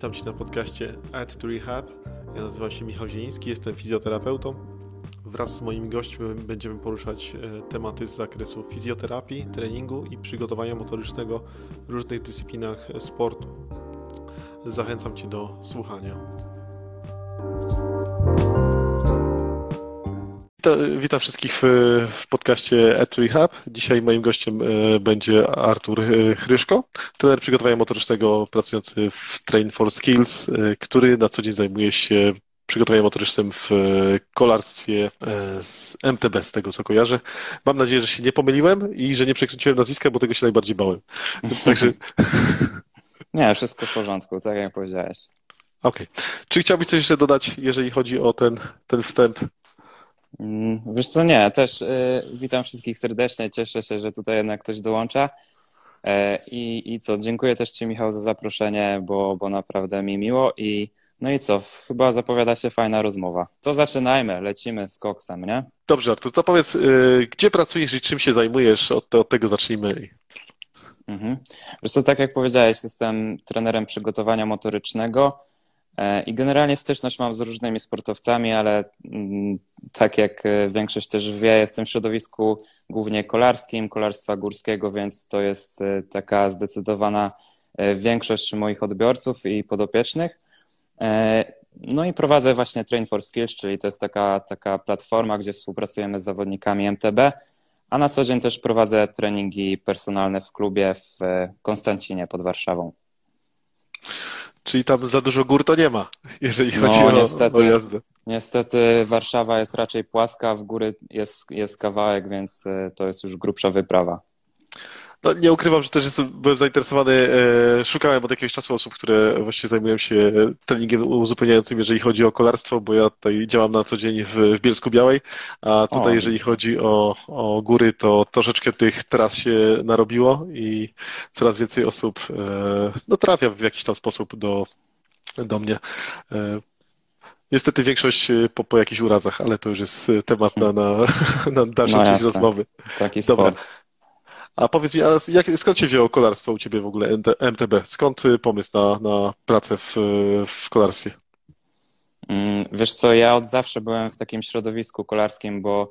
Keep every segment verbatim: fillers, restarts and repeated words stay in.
Witam Cię na podcaście Add to Rehab. Ja nazywam się Michał Zieliński, jestem fizjoterapeutą. Wraz z moimi gośćmi będziemy poruszać tematy z zakresu fizjoterapii, treningu i przygotowania motorycznego w różnych dyscyplinach sportu. Zachęcam Cię do słuchania. Witam wszystkich w, w podcaście Add to Rehab. Dzisiaj moim gościem będzie Artur Hryszko, trener przygotowania motorycznego pracujący w Train for Skills, który na co dzień zajmuje się przygotowaniem motorycznym w kolarstwie z M T B, z tego co kojarzę. Mam nadzieję, że się nie pomyliłem i że nie przekręciłem nazwiska, bo tego się najbardziej bałem. Także... Nie, wszystko w porządku, tak jak powiedziałeś. Okej. Okay. Czy chciałbyś coś jeszcze dodać, jeżeli chodzi o ten, ten wstęp? Wiesz co, nie, też y, witam wszystkich serdecznie, cieszę się, że tutaj jednak ktoś dołącza e, i, i co, dziękuję też Ci, Michał, za zaproszenie, bo, bo naprawdę mi miło i no i co, chyba zapowiada się fajna rozmowa. To zaczynajmy, lecimy z koksem, nie? Dobrze, Artur, to powiedz, y, gdzie pracujesz i czym się zajmujesz, od, od tego zacznijmy. Mhm. Wiesz co, tak jak powiedziałeś, jestem trenerem przygotowania motorycznego. I generalnie styczność mam z różnymi sportowcami, ale tak jak większość też wie, jestem w środowisku głównie kolarskim, kolarstwa górskiego, więc to jest taka zdecydowana większość moich odbiorców i podopiecznych. No i prowadzę właśnie Train for Skills, czyli to jest taka, taka platforma, gdzie współpracujemy z zawodnikami M T B, a na co dzień też prowadzę treningi personalne w klubie w Konstancinie pod Warszawą. Czyli tam za dużo gór to nie ma, jeżeli chodzi no, o, niestety, o jazdę. Niestety Warszawa jest raczej płaska, w góry jest, jest kawałek, więc to jest już grubsza wyprawa. No, nie ukrywam, że też jestem, byłem zainteresowany, e, szukałem od jakiegoś czasu osób, które właściwie zajmują się treningiem uzupełniającym, jeżeli chodzi o kolarstwo, bo ja tutaj działam na co dzień w, w Bielsku Białej, a tutaj o. jeżeli chodzi o, o góry, to troszeczkę tych tras się narobiło i coraz więcej osób e, no, trafia w jakiś tam sposób do, do mnie. E, Niestety większość po, po jakichś urazach, ale to już jest temat na, na, na dalszą no część jasne. rozmowy. Taki Dobra. sport. A powiedz mi, a jak, skąd się wzięło kolarstwo u Ciebie w ogóle, M T B? Skąd pomysł na, na pracę w, w kolarstwie? Wiesz co, ja od zawsze byłem w takim środowisku kolarskim, bo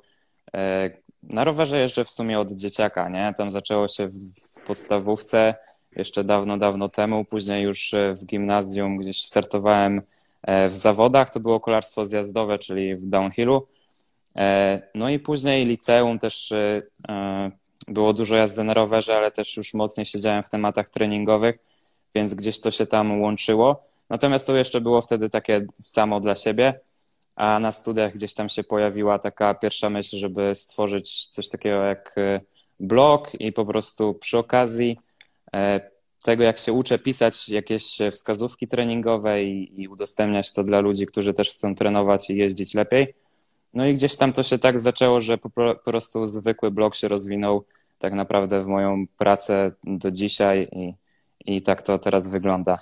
na rowerze jeżdżę w sumie od dzieciaka, nie? Tam zaczęło się w podstawówce jeszcze dawno, dawno temu, później już w gimnazjum gdzieś startowałem w zawodach, to było kolarstwo zjazdowe, czyli w downhillu. No i później liceum też było dużo jazdy na rowerze, ale też już mocniej siedziałem w tematach treningowych, więc gdzieś to się tam łączyło. Natomiast to jeszcze było wtedy takie samo dla siebie, a na studiach gdzieś tam się pojawiła taka pierwsza myśl, żeby stworzyć coś takiego jak blog i po prostu przy okazji tego, jak się uczę pisać jakieś wskazówki treningowe i, i udostępniać to dla ludzi, którzy też chcą trenować i jeździć lepiej. No i gdzieś tam to się tak zaczęło, że po, po prostu zwykły blog się rozwinął tak naprawdę w moją pracę do dzisiaj i, i tak to teraz wygląda.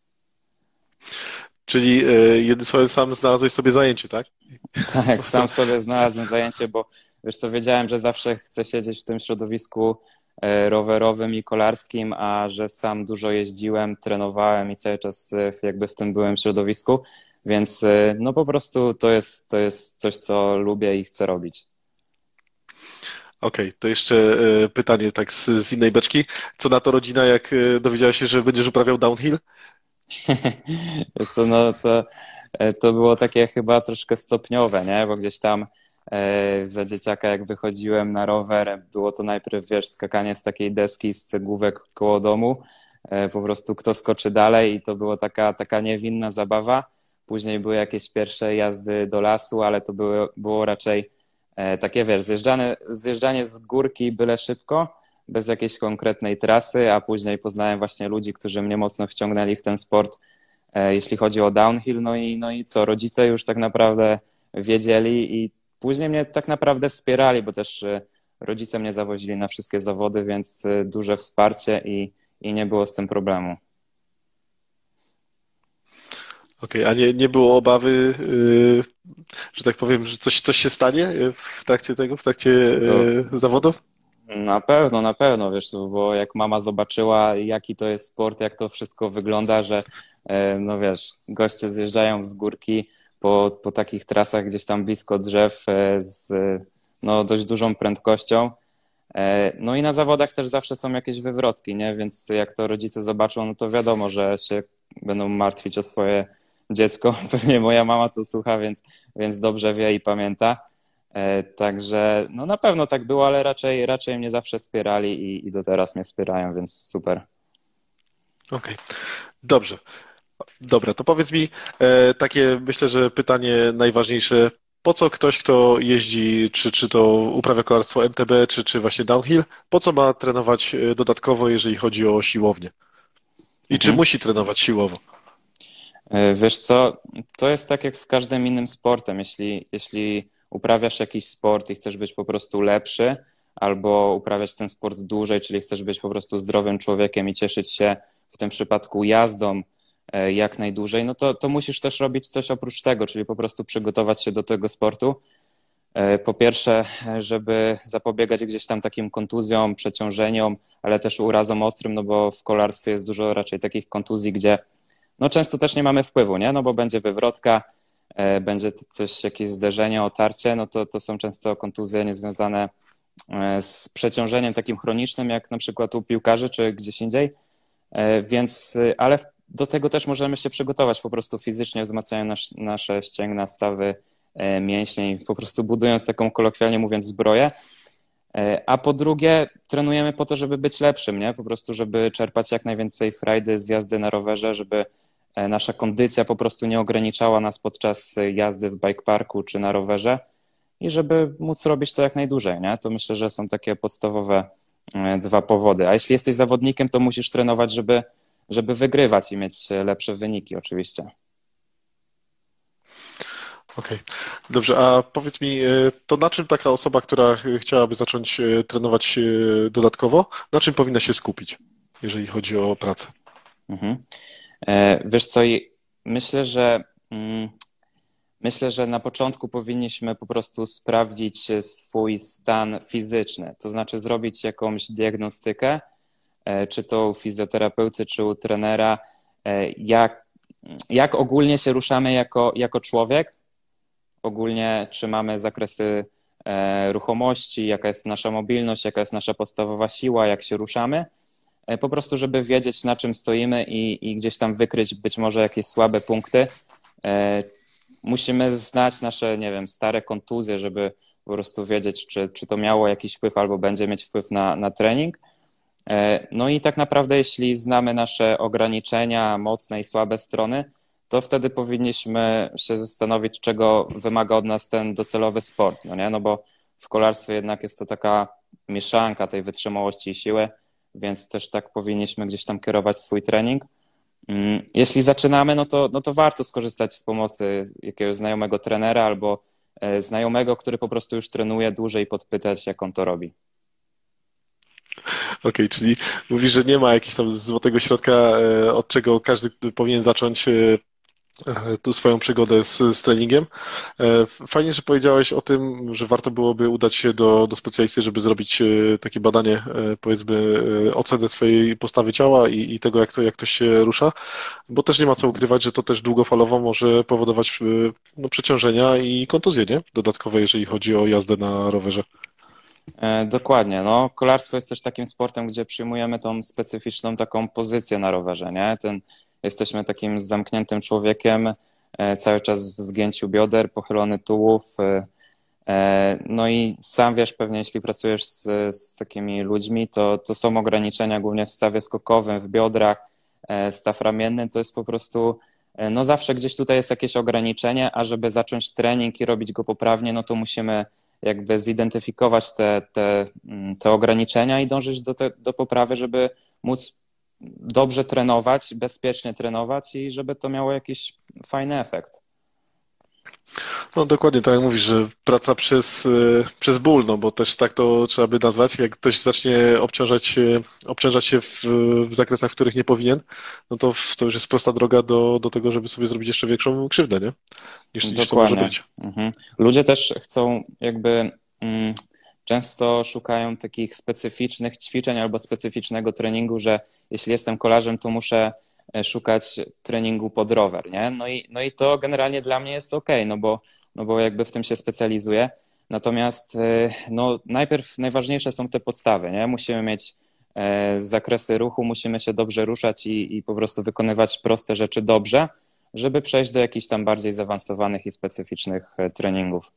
Czyli jednym słowem sam znalazłeś sobie zajęcie, tak? Tak, sam sobie znalazłem zajęcie, bo wiesz co, wiedziałem, że zawsze chcę siedzieć w tym środowisku rowerowym i kolarskim, a że sam dużo jeździłem, trenowałem i cały czas jakby w tym byłem środowisku, więc no po prostu to jest, to jest coś, co lubię i chcę robić. Okej, okay, to jeszcze pytanie tak z, z innej beczki. Co na to rodzina, jak dowiedziała się, że będziesz uprawiał downhill? to, no, to, to było takie chyba troszkę stopniowe, nie? Bo gdzieś tam za dzieciaka, jak wychodziłem na rower, było to najpierw, wiesz, skakanie z takiej deski z cegłówek koło domu, po prostu kto skoczy dalej i to była taka, taka niewinna zabawa. Później były jakieś pierwsze jazdy do lasu, ale to było, było raczej takie, wiesz, zjeżdżanie, zjeżdżanie z górki byle szybko, bez jakiejś konkretnej trasy, a później poznałem właśnie ludzi, którzy mnie mocno wciągnęli w ten sport, jeśli chodzi o downhill, no i, no i co, rodzice już tak naprawdę wiedzieli i później mnie tak naprawdę wspierali, bo też rodzice mnie zawozili na wszystkie zawody, więc duże wsparcie i, i nie było z tym problemu. Okej, okay, a nie, nie było obawy, yy, że tak powiem, że coś, coś się stanie w trakcie tego, w trakcie yy, zawodów? Na pewno, na pewno, wiesz, bo jak mama zobaczyła, jaki to jest sport, jak to wszystko wygląda, że e, no wiesz, goście zjeżdżają z górki po, po takich trasach gdzieś tam blisko drzew e, z no, dość dużą prędkością. E, No i na zawodach też zawsze są jakieś wywrotki, nie? Więc jak to rodzice zobaczą, no to wiadomo, że się będą martwić o swoje dziecko. Pewnie moja mama to słucha, więc, więc dobrze wie i pamięta. E, Także no na pewno tak było, ale raczej, raczej mnie zawsze wspierali i, i do teraz mnie wspierają, więc super. Okej, dobrze. Dobra, to powiedz mi e, takie, myślę, że pytanie najważniejsze. Po co ktoś, kto jeździ, czy, czy to uprawia kolarstwo M T B, czy, czy właśnie downhill, po co ma trenować e, dodatkowo, jeżeli chodzi o siłownię? I czy Mhm. musi trenować siłowo? E, Wiesz co, to jest tak jak z każdym innym sportem. Jeśli, jeśli uprawiasz jakiś sport i chcesz być po prostu lepszy, albo uprawiać ten sport dłużej, czyli chcesz być po prostu zdrowym człowiekiem i cieszyć się w tym przypadku jazdą e, jak najdłużej, no to, to musisz też robić coś oprócz tego, czyli po prostu przygotować się do tego sportu. E, Po pierwsze, żeby zapobiegać gdzieś tam takim kontuzjom, przeciążeniom, ale też urazom ostrym, no bo w kolarstwie jest dużo raczej takich kontuzji, gdzie no często też nie mamy wpływu, nie? No bo będzie wywrotka, e, będzie coś, jakieś zderzenie, otarcie, no to, to są często kontuzje niezwiązane e, z przeciążeniem takim chronicznym, jak na przykład u piłkarzy czy gdzieś indziej, E, więc, e, ale w- do tego też możemy się przygotować po prostu fizycznie, wzmacniając nasz, nasze ścięgna, stawy, e, mięśnie i po prostu budując taką kolokwialnie mówiąc zbroję. E, A po drugie, trenujemy po to, żeby być lepszym, nie? Po prostu, żeby czerpać jak najwięcej frajdy z jazdy na rowerze, żeby e, nasza kondycja po prostu nie ograniczała nas podczas e, jazdy w bike parku czy na rowerze i żeby móc robić to jak najdłużej, nie? To myślę, że są takie podstawowe e, dwa powody. A jeśli jesteś zawodnikiem, to musisz trenować, żeby, żeby wygrywać i mieć e, lepsze wyniki oczywiście. Okej, dobrze, a powiedz mi, e, to na czym taka osoba, która e, chciałaby zacząć e, trenować e, dodatkowo, na czym powinna się skupić, jeżeli chodzi o pracę? Mhm. E, Wiesz co, i myślę, że mm, myślę, że na początku powinniśmy po prostu sprawdzić swój stan fizyczny, to znaczy zrobić jakąś diagnostykę, e, czy to u fizjoterapeuty, czy u trenera, e, jak, jak ogólnie się ruszamy jako, jako człowiek, ogólnie czy mamy zakresy e, ruchomości, jaka jest nasza mobilność, jaka jest nasza podstawowa siła, jak się ruszamy, e, po prostu żeby wiedzieć, na czym stoimy i, i gdzieś tam wykryć być może jakieś słabe punkty. E, Musimy znać nasze, nie wiem, stare kontuzje, żeby po prostu wiedzieć, czy, czy to miało jakiś wpływ albo będzie mieć wpływ na, na trening. E, No i tak naprawdę, jeśli znamy nasze ograniczenia, mocne i słabe strony, to wtedy powinniśmy się zastanowić, czego wymaga od nas ten docelowy sport, no nie? No bo w kolarstwie jednak jest to taka mieszanka tej wytrzymałości i siły, więc też tak powinniśmy gdzieś tam kierować swój trening. Mm, Jeśli zaczynamy, no to, no to warto skorzystać z pomocy jakiegoś znajomego trenera albo e, znajomego, który po prostu już trenuje dłużej, podpytać, jak on to robi. Okej, czyli mówisz, że nie ma jakiegoś tam złotego środka, e, od czego każdy powinien zacząć e, e, tu swoją przygodę z, z treningiem. E, Fajnie, że powiedziałeś o tym, że warto byłoby udać się do, do specjalisty, żeby zrobić e, takie badanie, e, powiedzmy, e, ocenę swojej postawy ciała i, i tego, jak to, jak to się rusza, bo też nie ma co ukrywać, że to też długofalowo może powodować e, no, przeciążenia i kontuzje, nie? Dodatkowe, jeżeli chodzi o jazdę na rowerze. E, Dokładnie. No, kolarstwo jest też takim sportem, gdzie przyjmujemy tą specyficzną taką pozycję na rowerze, nie? Ten, jesteśmy takim zamkniętym człowiekiem, e, cały czas w zgięciu bioder, pochylony tułów. e, e, No i sam wiesz, pewnie jeśli pracujesz z, z takimi ludźmi, to, to są ograniczenia głównie w stawie skokowym, w biodrach, e, staw ramienny to jest po prostu, e, no zawsze gdzieś tutaj jest jakieś ograniczenie, a żeby zacząć trening i robić go poprawnie, no to musimy jakby zidentyfikować te, te, mm, te ograniczenia i dążyć do, te, do poprawy, żeby móc dobrze trenować, bezpiecznie trenować i żeby to miało jakiś fajny efekt. No dokładnie tak jak mówisz, że praca przez, e, przez ból, no bo też tak to trzeba by nazwać. Jak ktoś zacznie obciążać się, obciążać się w, w zakresach, w których nie powinien, no to, w- to już jest prosta droga do, do tego, żeby sobie zrobić jeszcze większą krzywdę, nie? Niż, niż to może Dokładnie. być. Mhm. Ludzie też chcą jakby mm, często szukają takich specyficznych ćwiczeń albo specyficznego treningu, że jeśli jestem kolarzem, to muszę szukać treningu pod rower, nie? No i, no i to generalnie dla mnie jest okej, no bo, no bo jakby w tym się specjalizuję. Natomiast no, najpierw najważniejsze są te podstawy, nie? Musimy mieć zakresy ruchu, musimy się dobrze ruszać i, i po prostu wykonywać proste rzeczy dobrze, żeby przejść do jakichś tam bardziej zaawansowanych i specyficznych treningów.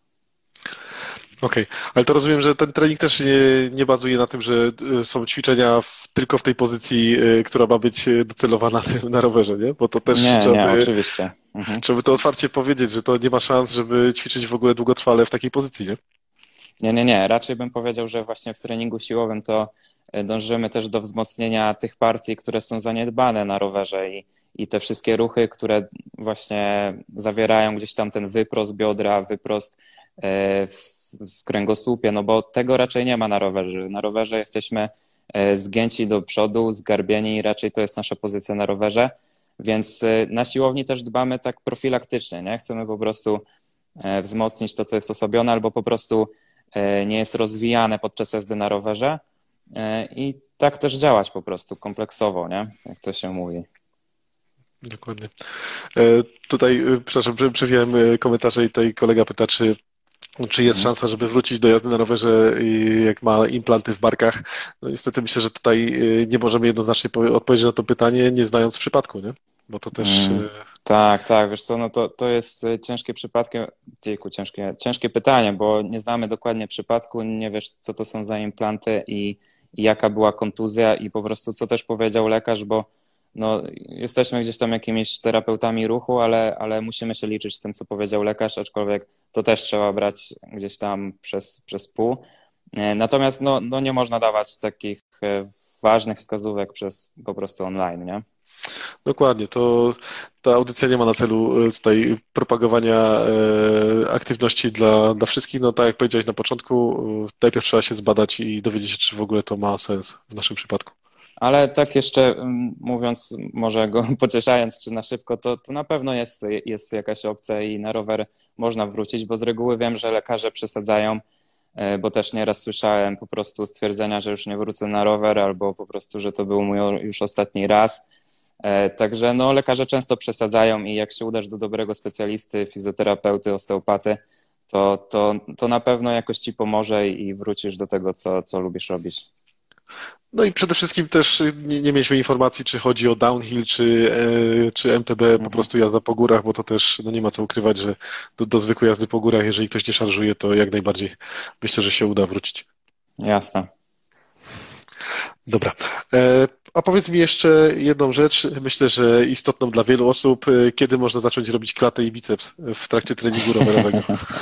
Okej, okay. Ale to rozumiem, że ten trening też nie, nie bazuje na tym, że są ćwiczenia w, tylko w tej pozycji, która ma być docelowana na, tym, na rowerze, nie? Bo to też Nie, trzeba, nie, by, oczywiście. Mhm. trzeba by to otwarcie powiedzieć, że to nie ma szans, żeby ćwiczyć w ogóle długotrwale w takiej pozycji, nie? Nie, nie, nie. Raczej bym powiedział, że właśnie w treningu siłowym to dążymy też do wzmocnienia tych partii, które są zaniedbane na rowerze i, i te wszystkie ruchy, które właśnie zawierają gdzieś tam ten wyprost biodra, wyprost w, w kręgosłupie, no bo tego raczej nie ma na rowerze. Na rowerze jesteśmy zgięci do przodu, zgarbieni i raczej to jest nasza pozycja na rowerze, więc na siłowni też dbamy tak profilaktycznie, nie? Chcemy po prostu wzmocnić to, co jest osłabione albo po prostu nie jest rozwijane podczas jazdy na rowerze i tak też działać po prostu kompleksowo, nie? Jak to się mówi. Dokładnie. Tutaj, przepraszam, przewijałem komentarze i tutaj kolega pyta, czy, czy jest szansa, żeby wrócić do jazdy na rowerze, jak ma implanty w barkach. No niestety myślę, że tutaj nie możemy jednoznacznie odpowiedzieć na to pytanie, nie znając przypadku, nie? Bo to też... Mm, tak, tak, wiesz co, no to, to jest ciężkie przypadkiem, dziejku, ciężkie, ciężkie pytanie, bo nie znamy dokładnie przypadku, nie wiesz, co to są za implanty i, i jaka była kontuzja i po prostu co też powiedział lekarz, bo no, jesteśmy gdzieś tam jakimiś terapeutami ruchu, ale, ale musimy się liczyć z tym, co powiedział lekarz, aczkolwiek to też trzeba brać gdzieś tam przez, przez pół. Natomiast no, no nie można dawać takich ważnych wskazówek przez po prostu online, nie? Dokładnie, to ta audycja nie ma na celu tutaj propagowania aktywności dla, dla wszystkich. No tak jak powiedziałeś na początku, najpierw trzeba się zbadać i dowiedzieć się, czy w ogóle to ma sens w naszym przypadku. Ale tak jeszcze mówiąc, może go pocieszając, czy na szybko, to, to na pewno jest, jest jakaś opcja i na rower można wrócić, bo z reguły wiem, że lekarze przesadzają, bo też nieraz słyszałem po prostu stwierdzenia, że już nie wrócę na rower albo po prostu, że to był mój już ostatni raz. Także no, lekarze często przesadzają i jak się udasz do dobrego specjalisty, fizjoterapeuty, osteopaty, to, to, to na pewno jakoś ci pomoże i wrócisz do tego, co, co lubisz robić. No i przede wszystkim też nie, nie mieliśmy informacji, czy chodzi o downhill, czy, czy M T B, po prostu jazda po górach, bo to też no nie ma co ukrywać, że do, do zwykłej jazdy po górach, jeżeli ktoś nie szarżuje, to jak najbardziej myślę, że się uda wrócić. Jasne. Dobra. A powiedz mi jeszcze jedną rzecz, myślę, że istotną dla wielu osób. Kiedy można zacząć robić klatę i biceps w trakcie treningu rowerowego?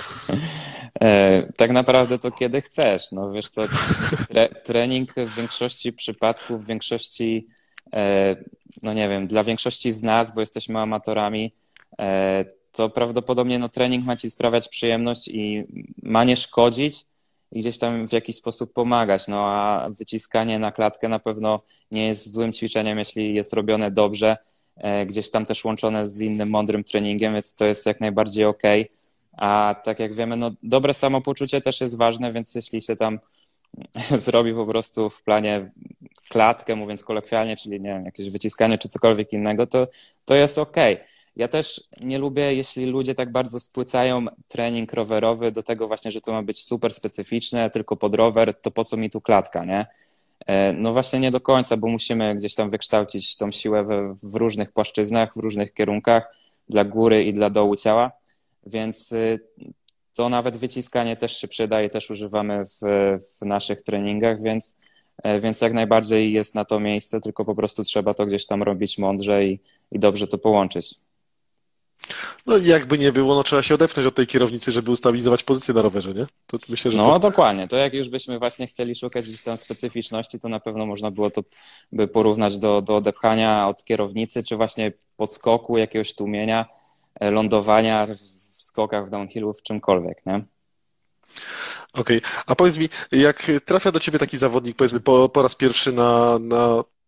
Tak naprawdę to kiedy chcesz. No wiesz co, tre, trening w większości przypadków, w większości, no nie wiem, dla większości z nas, bo jesteśmy amatorami, to prawdopodobnie no, trening ma ci sprawiać przyjemność i ma nie szkodzić i gdzieś tam w jakiś sposób pomagać. No a wyciskanie na klatkę na pewno nie jest złym ćwiczeniem, jeśli jest robione dobrze, gdzieś tam też łączone z innym mądrym treningiem, więc to jest jak najbardziej okej. A tak jak wiemy, no dobre samopoczucie też jest ważne, więc jeśli się tam zrobi po prostu w planie klatkę, mówiąc kolokwialnie, czyli nie wiem, jakieś wyciskanie czy cokolwiek innego, to, to jest okej. Ja też nie lubię, jeśli ludzie tak bardzo spłycają trening rowerowy do tego właśnie, że to ma być super specyficzne, tylko pod rower, to po co mi tu klatka, nie? No właśnie nie do końca, bo musimy gdzieś tam wykształcić tą siłę w, w różnych płaszczyznach, w różnych kierunkach, dla góry i dla dołu ciała, więc to nawet wyciskanie też się przydaje, też używamy w, w naszych treningach, więc, więc jak najbardziej jest na to miejsce, tylko po prostu trzeba to gdzieś tam robić mądrze i, i dobrze to połączyć. No jakby nie było, no trzeba się odepchnąć od tej kierownicy, żeby ustabilizować pozycję na rowerze, nie? To myślę, że no to... dokładnie, to jak już byśmy właśnie chcieli szukać gdzieś tam specyficzności, to na pewno można było to by porównać do, do odepchania od kierownicy, czy właśnie podskoku, jakiegoś tłumienia, lądowania w skokach, w downhillu, w czymkolwiek, nie? Okej, okay. A powiedz mi, jak trafia do ciebie taki zawodnik, powiedzmy po, po raz pierwszy na, na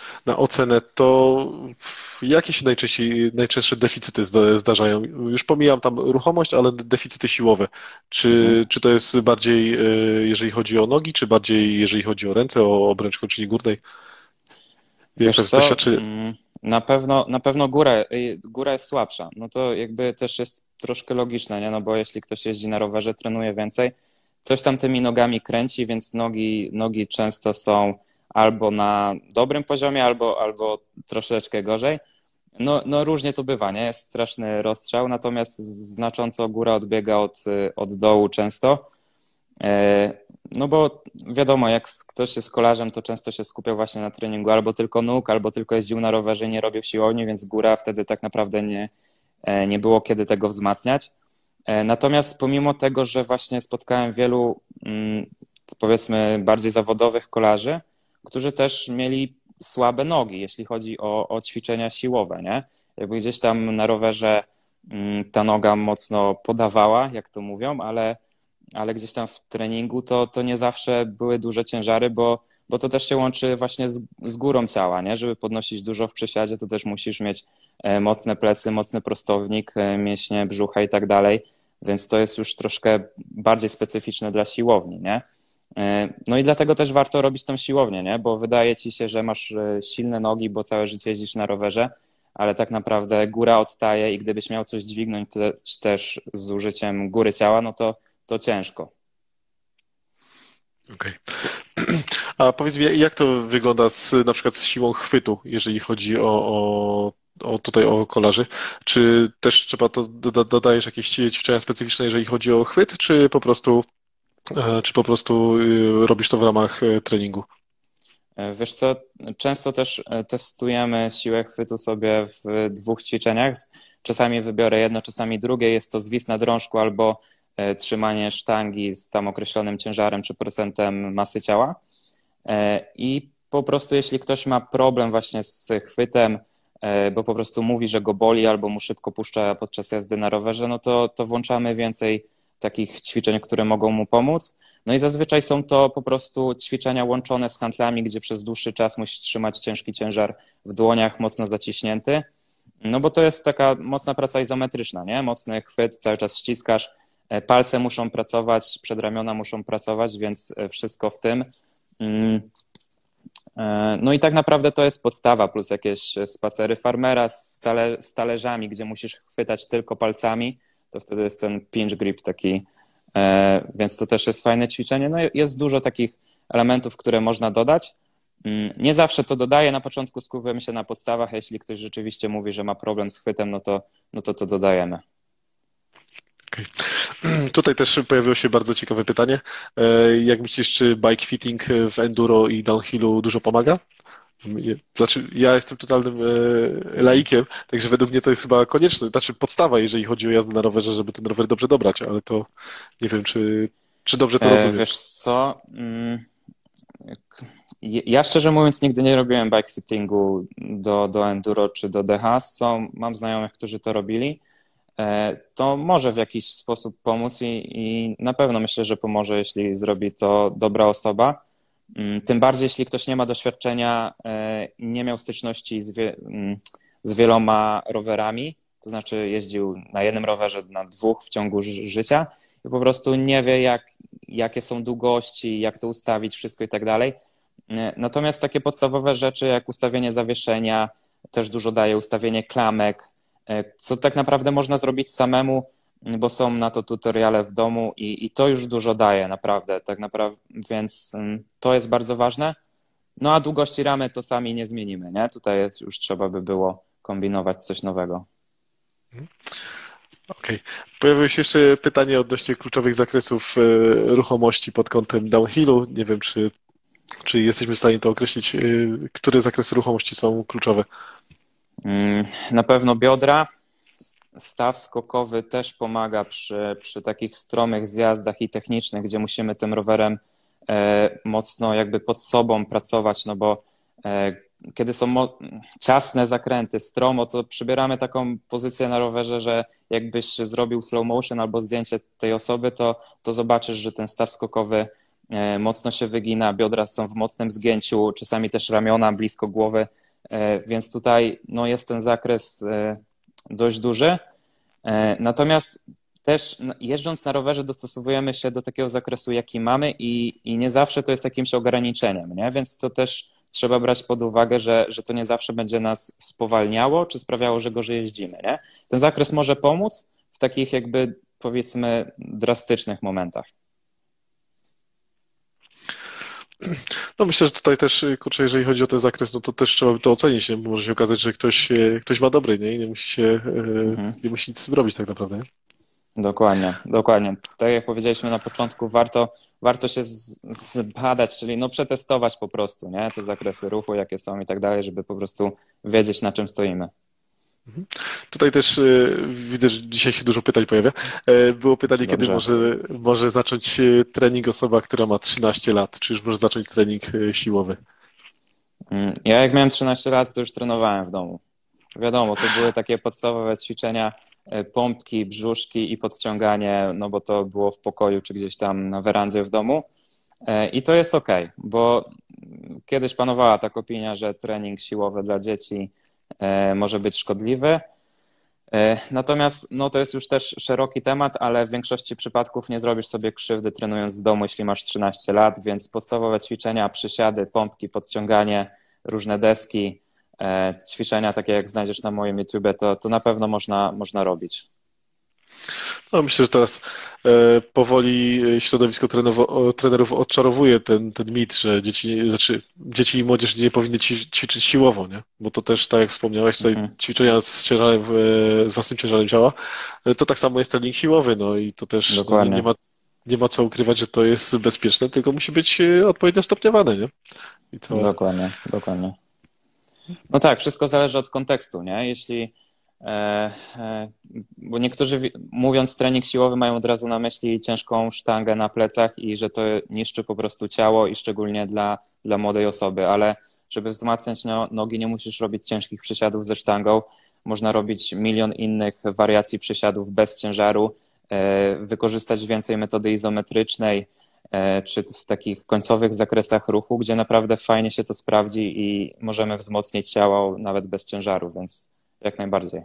Na ocenę, to jakie się najczęściej, najczęstsze deficyty zda- zdarzają? Już pomijam tam ruchomość, ale deficyty siłowe. Mhm. Czy, czy to jest bardziej, e, jeżeli chodzi o nogi, czy bardziej, jeżeli chodzi o ręce, o obręcz kończyni górnej? Jak Wiesz to jest co, doświadczenie? mm, na pewno, na pewno góra, y, góra jest słabsza. No to jakby też jest troszkę logiczne, nie? No bo jeśli ktoś jeździ na rowerze, trenuje więcej, coś tam tymi nogami kręci, więc nogi, nogi często są albo na dobrym poziomie, albo, albo troszeczkę gorzej. No, no różnie to bywa, nie? Jest straszny rozstrzał, natomiast znacząco góra odbiega od, y, od dołu często. E, No bo wiadomo, jak s- ktoś jest kolarzem, to często się skupia właśnie na treningu albo tylko nóg, albo tylko jeździł na rowerze i nie robił siłowni, więc góra wtedy tak naprawdę nie, e, nie było kiedy tego wzmacniać. E, Natomiast pomimo tego, że właśnie spotkałem wielu, mm, powiedzmy, bardziej zawodowych kolarzy, którzy też mieli słabe nogi, jeśli chodzi o, o ćwiczenia siłowe, nie? Jakby gdzieś tam na rowerze mm, ta noga mocno podawała, jak to mówią, ale ale gdzieś tam w treningu to, to nie zawsze były duże ciężary, bo, bo to też się łączy właśnie z, z górą ciała, nie? Żeby podnosić dużo w przysiadzie, to też musisz mieć e, mocne plecy, mocny prostownik, e, mięśnie brzucha i tak dalej, więc to jest już troszkę bardziej specyficzne dla siłowni, nie? E, No i dlatego też warto robić tą siłownię, nie? Bo wydaje ci się, że masz e, silne nogi, bo całe życie jeździsz na rowerze, ale tak naprawdę góra odstaje i gdybyś miał coś dźwignąć te, też z użyciem góry ciała, no to to ciężko. Okej. A powiedz mi, jak to wygląda z, na przykład z siłą chwytu, jeżeli chodzi o, o, o tutaj o kolarzy? Czy też trzeba to, doda- dodajesz jakieś ćwiczenia specyficzne, jeżeli chodzi o chwyt, czy po prostu, e, czy po prostu y, robisz to w ramach e, treningu? E, Wiesz co, często też e, testujemy siłę chwytu sobie w dwóch ćwiczeniach. Czasami wybiorę jedno, czasami drugie. Jest to zwis na drążku albo e, trzymanie sztangi z tam określonym ciężarem czy procentem masy ciała. E, I po prostu jeśli ktoś ma problem właśnie z chwytem, e, bo po prostu mówi, że go boli albo mu szybko puszcza podczas jazdy na rowerze, no to, to włączamy więcej takich ćwiczeń, które mogą mu pomóc. No i zazwyczaj są to po prostu ćwiczenia łączone z handlami, gdzie przez dłuższy czas musisz trzymać ciężki ciężar w dłoniach, mocno zaciśnięty. No bo to jest taka mocna praca izometryczna, nie? Mocny chwyt, cały czas ściskasz, e, palce muszą pracować, przedramiona muszą pracować, więc e, wszystko w tym. Mm, e, No i tak naprawdę to jest podstawa, plus jakieś spacery farmera z, tale, z talerzami, gdzie musisz chwytać tylko palcami, to wtedy jest ten pinch grip taki, e, więc to też jest fajne ćwiczenie. No i jest dużo takich elementów, które można dodać. Mm, Nie zawsze to dodaję, na początku skupiamy się na podstawach, a jeśli ktoś rzeczywiście mówi, że ma problem z chwytem, no to, no to to dodajemy. Okej. Tutaj też pojawiło się bardzo ciekawe pytanie. E, Jak myślisz, czy bike fitting w enduro i downhillu dużo pomaga? Je- Znaczy, ja jestem totalnym e, Mhm. laikiem, także według mnie to jest chyba konieczne, znaczy podstawa, jeżeli chodzi o jazdę na rowerze, żeby ten rower dobrze dobrać, ale to nie wiem, czy, czy dobrze to E, rozumiem. Wiesz co? Mm, Ja szczerze mówiąc nigdy nie robiłem bike fittingu do, do enduro czy do D H. Są, mam znajomych, którzy to robili. E, To może w jakiś sposób pomóc i, i na pewno myślę, że pomoże, jeśli zrobi to dobra osoba. Mm, Tym bardziej, jeśli ktoś nie ma doświadczenia, e, nie miał styczności z, wie, mm, z wieloma rowerami, to znaczy jeździł na jednym rowerze, na dwóch w ciągu ży- życia i po prostu nie wie, jak, jakie są długości, jak to ustawić, wszystko i tak dalej. E, Natomiast takie podstawowe rzeczy, jak ustawienie zawieszenia, też dużo daje ustawienie klamek, e, co tak naprawdę można zrobić samemu, bo są na to tutoriale w domu i, i to już dużo daje, naprawdę, tak naprawdę, więc mm, to jest bardzo ważne. No a długości ramy to sami nie zmienimy, nie? Tutaj już trzeba by było kombinować coś nowego. Okej. Pojawiło się jeszcze pytanie odnośnie kluczowych zakresów e, ruchomości pod kątem downhillu. Nie wiem, czy, czy jesteśmy w stanie to określić, e, które zakresy ruchomości są kluczowe. Mm, Na pewno biodra. Staw skokowy też pomaga przy, przy takich stromych zjazdach i technicznych, gdzie musimy tym rowerem e, mocno jakby pod sobą pracować, no bo e, kiedy są mo- ciasne zakręty, stromo, to przybieramy taką pozycję na rowerze, że jakbyś zrobił slow motion albo zdjęcie tej osoby, to, to zobaczysz, że ten staw skokowy mocno się wygina, biodra są w mocnym zgięciu, czasami też ramiona blisko głowy, więc tutaj no, jest ten zakres dość duży. Natomiast też jeżdżąc na rowerze dostosowujemy się do takiego zakresu, jaki mamy i, i nie zawsze to jest jakimś ograniczeniem, nie? Więc to też trzeba brać pod uwagę, że, że to nie zawsze będzie nas spowalniało, czy sprawiało, że gorzej jeździmy, nie? Ten zakres może pomóc w takich jakby powiedzmy drastycznych momentach. No myślę, że tutaj też, kurczę, jeżeli chodzi o ten zakres, no to też trzeba by to ocenić, nie? Bo może się okazać, że ktoś, e, ktoś ma dobry, nie? I nie musi się, e, Mhm. nie musi nic z tym robić tak naprawdę. Nie? Dokładnie, dokładnie. Tak jak powiedzieliśmy na początku, warto, warto się z, zbadać, czyli no przetestować po prostu, nie? Te zakresy ruchu, jakie są i tak dalej, żeby po prostu wiedzieć, na czym stoimy. Tutaj też e, widzę, że dzisiaj się dużo pytań pojawia. E, Było pytanie, kiedy Dobrze. może, może zacząć e, trening osoba, która ma trzynaście lat, czy już może zacząć trening e, siłowy? Mm, Ja jak miałem trzynaście lat, to już trenowałem w domu. Wiadomo, to były takie podstawowe ćwiczenia, e, pompki, brzuszki i podciąganie, no bo to było w pokoju czy gdzieś tam na werandzie w domu. E, I to jest okej, bo kiedyś panowała taka opinia, że trening siłowy dla dzieci e, może być szkodliwy. E, Natomiast no, to jest już też szeroki temat, ale w większości przypadków nie zrobisz sobie krzywdy trenując w domu, jeśli masz trzynaście lat, więc podstawowe ćwiczenia, przysiady, pompki, podciąganie, różne deski, e, ćwiczenia takie jak znajdziesz na moim YouTubie, to, to na pewno można, można robić. No, myślę, że teraz e, powoli środowisko trenowo, o, trenerów odczarowuje ten, ten mit, że dzieci, znaczy, dzieci i młodzież nie powinny ci, ćwiczyć siłowo, nie? Bo to też, tak jak wspomniałeś, tutaj Mhm. ćwiczenia z ciężarem, w- z własnym ciężarem ciała, e, to tak samo jest trening siłowy, no i to też no, nie, nie Dokładnie, ma, nie ma co ukrywać, że to jest bezpieczne, tylko musi być e, odpowiednio stopniowane, nie? I to, dokładnie, dokładnie. No tak, wszystko zależy od kontekstu, nie? Jeśli, e, e, bo niektórzy wi- mówiąc trening siłowy mają od razu na myśli ciężką sztangę na plecach i że to niszczy po prostu ciało i szczególnie dla, dla młodej osoby, ale żeby wzmacniać no, nogi nie musisz robić ciężkich przysiadów ze sztangą, można robić milion innych wariacji przysiadów bez ciężaru, e, wykorzystać więcej metody izometrycznej, e, czy w takich końcowych zakresach ruchu, gdzie naprawdę fajnie się to sprawdzi i możemy wzmocnić ciało nawet bez ciężaru, więc jak najbardziej.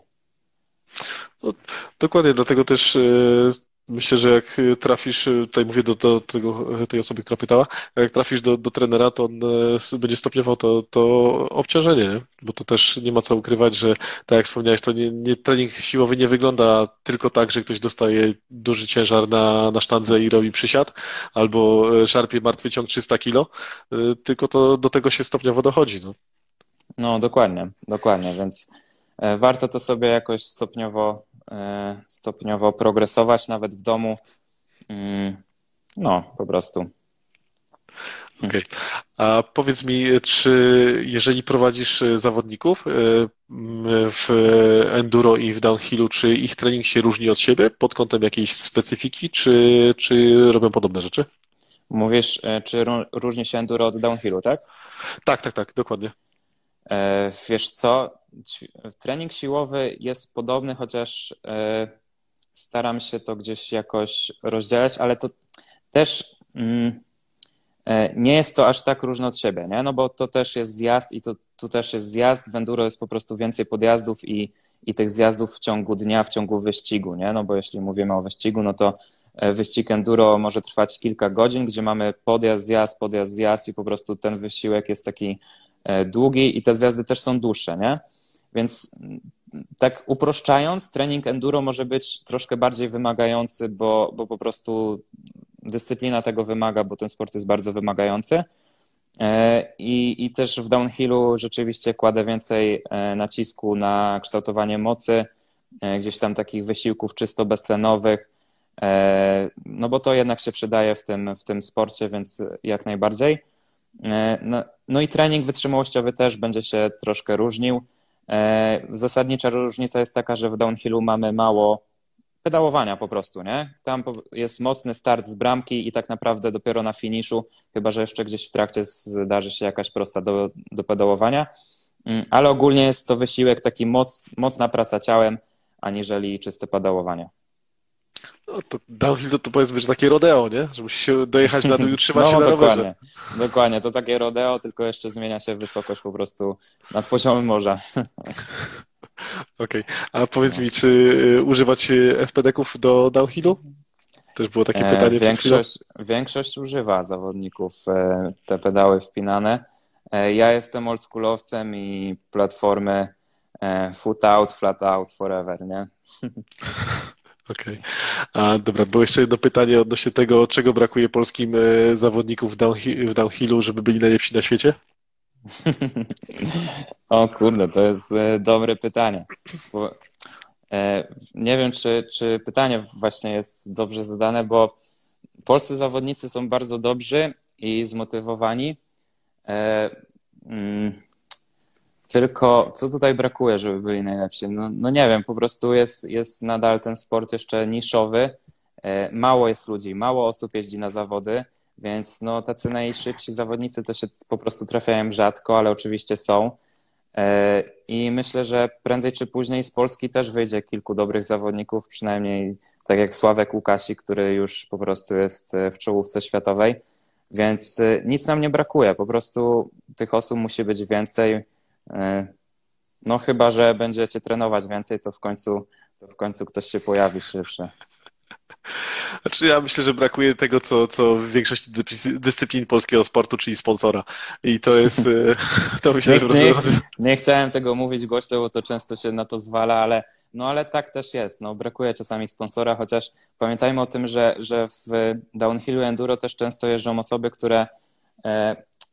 no, dokładnie, dlatego też e, myślę, że jak trafisz, e, tutaj mówię do, do tego, tej osoby, która pytała, jak trafisz do, do trenera, to on e, s- będzie stopniował to, to obciążenie, nie? Bo to też nie ma co ukrywać, że tak jak wspomniałeś, to nie, nie, trening siłowy nie wygląda tylko tak, że ktoś dostaje duży ciężar na, na sztandze i robi przysiad, albo e, szarpie martwy ciąg trzysta kilo, e, tylko to do tego się stopniowo dochodzi, no. No dokładnie, dokładnie, więc e, warto to sobie jakoś stopniowo, e, stopniowo progresować nawet w domu. Mm, No, po prostu. Okej. A powiedz mi, czy jeżeli prowadzisz e, zawodników e, m, w enduro i w downhillu, czy ich trening się różni od siebie pod kątem jakiejś specyfiki, czy, czy robią podobne rzeczy? Mówisz, e, czy ró- różni się enduro od downhillu, tak? Tak, tak, tak, dokładnie. E, Wiesz co, Ćwi- trening siłowy jest podobny, chociaż e, staram się to gdzieś jakoś rozdzielać, ale to też mm, e, nie jest to aż tak różne od siebie, nie? No bo to też jest zjazd i to, tu też jest zjazd, w enduro jest po prostu więcej podjazdów i, i tych zjazdów w ciągu dnia, w ciągu wyścigu, nie? No bo jeśli mówimy o wyścigu, no to e, wyścig enduro może trwać kilka godzin, gdzie mamy podjazd, zjazd, podjazd, zjazd i po prostu ten wysiłek jest taki e, długi i te zjazdy też są dłuższe, nie? Więc mm, tak uproszczając, trening enduro może być troszkę bardziej wymagający, bo, bo po prostu dyscyplina tego wymaga, bo ten sport jest bardzo wymagający. E, I, I też w downhillu rzeczywiście kładę więcej e, nacisku na kształtowanie mocy, e, gdzieś tam takich wysiłków czysto beztlenowych, e, no bo to jednak się przydaje w tym, w tym sporcie, więc jak najbardziej. E, No, no i trening wytrzymałościowy też będzie się troszkę różnił. E, Zasadnicza różnica jest taka, że w downhillu mamy mało pedałowania po prostu, nie? Tam po- jest mocny start z bramki i tak naprawdę dopiero na finiszu, chyba że jeszcze gdzieś w trakcie zdarzy się jakaś prosta do, do pedałowania, Mm, ale ogólnie jest to wysiłek, taki moc, mocna praca ciałem, aniżeli czyste pedałowanie. No to downhill to, to powiedzmy, że takie rodeo, nie? Że musisz się dojechać na dół i utrzymać się No na rowerze. dokładnie, dokładnie. To takie rodeo, tylko jeszcze zmienia się wysokość po prostu nad poziomem morza. Okej. A powiedz No. mi, czy y, używać y, S P D-ków do downhillu? Też było takie E, pytanie przed chwilą. Większość, większość używa zawodników e, te pedały wpinane. E, Ja jestem oldschoolowcem i platformy e, foot out, flat out, forever, nie? Okej. A dobra, było jeszcze jedno pytanie odnośnie tego, czego brakuje polskim y, zawodników w, downhi- w downhillu, żeby byli najlepsi na świecie? O kurde, to jest e, dobre pytanie. Bo, e, nie wiem, czy, czy pytanie właśnie jest dobrze zadane, bo polscy zawodnicy są bardzo dobrzy i zmotywowani. E, mm, Tylko co tutaj brakuje, żeby byli najlepsi? No, no nie wiem, po prostu jest, jest nadal ten sport jeszcze niszowy. E, Mało jest ludzi, mało osób jeździ na zawody, więc no, tacy najszybsi zawodnicy to się po prostu trafiają rzadko, ale oczywiście są. E, I myślę, że prędzej czy później z Polski też wyjdzie kilku dobrych zawodników, przynajmniej tak jak Sławek Łukasik, który już po prostu jest w czołówce światowej. Więc e, nic nam nie brakuje, po prostu tych osób musi być więcej. E, No chyba, że będziecie trenować więcej, to w końcu, to w końcu ktoś się pojawi szybszy. Znaczy ja myślę, że brakuje tego, co, co w większości dyscy- dyscyplin polskiego sportu, czyli sponsora. I to jest, y, to myślę, Nie, że nie, roz... nie chciałem tego mówić głośno, bo to często się na to zwala, ale, no ale tak też jest. No, brakuje czasami sponsora, chociaż pamiętajmy o tym, że, że w downhillu enduro też często jeżdżą osoby, które e,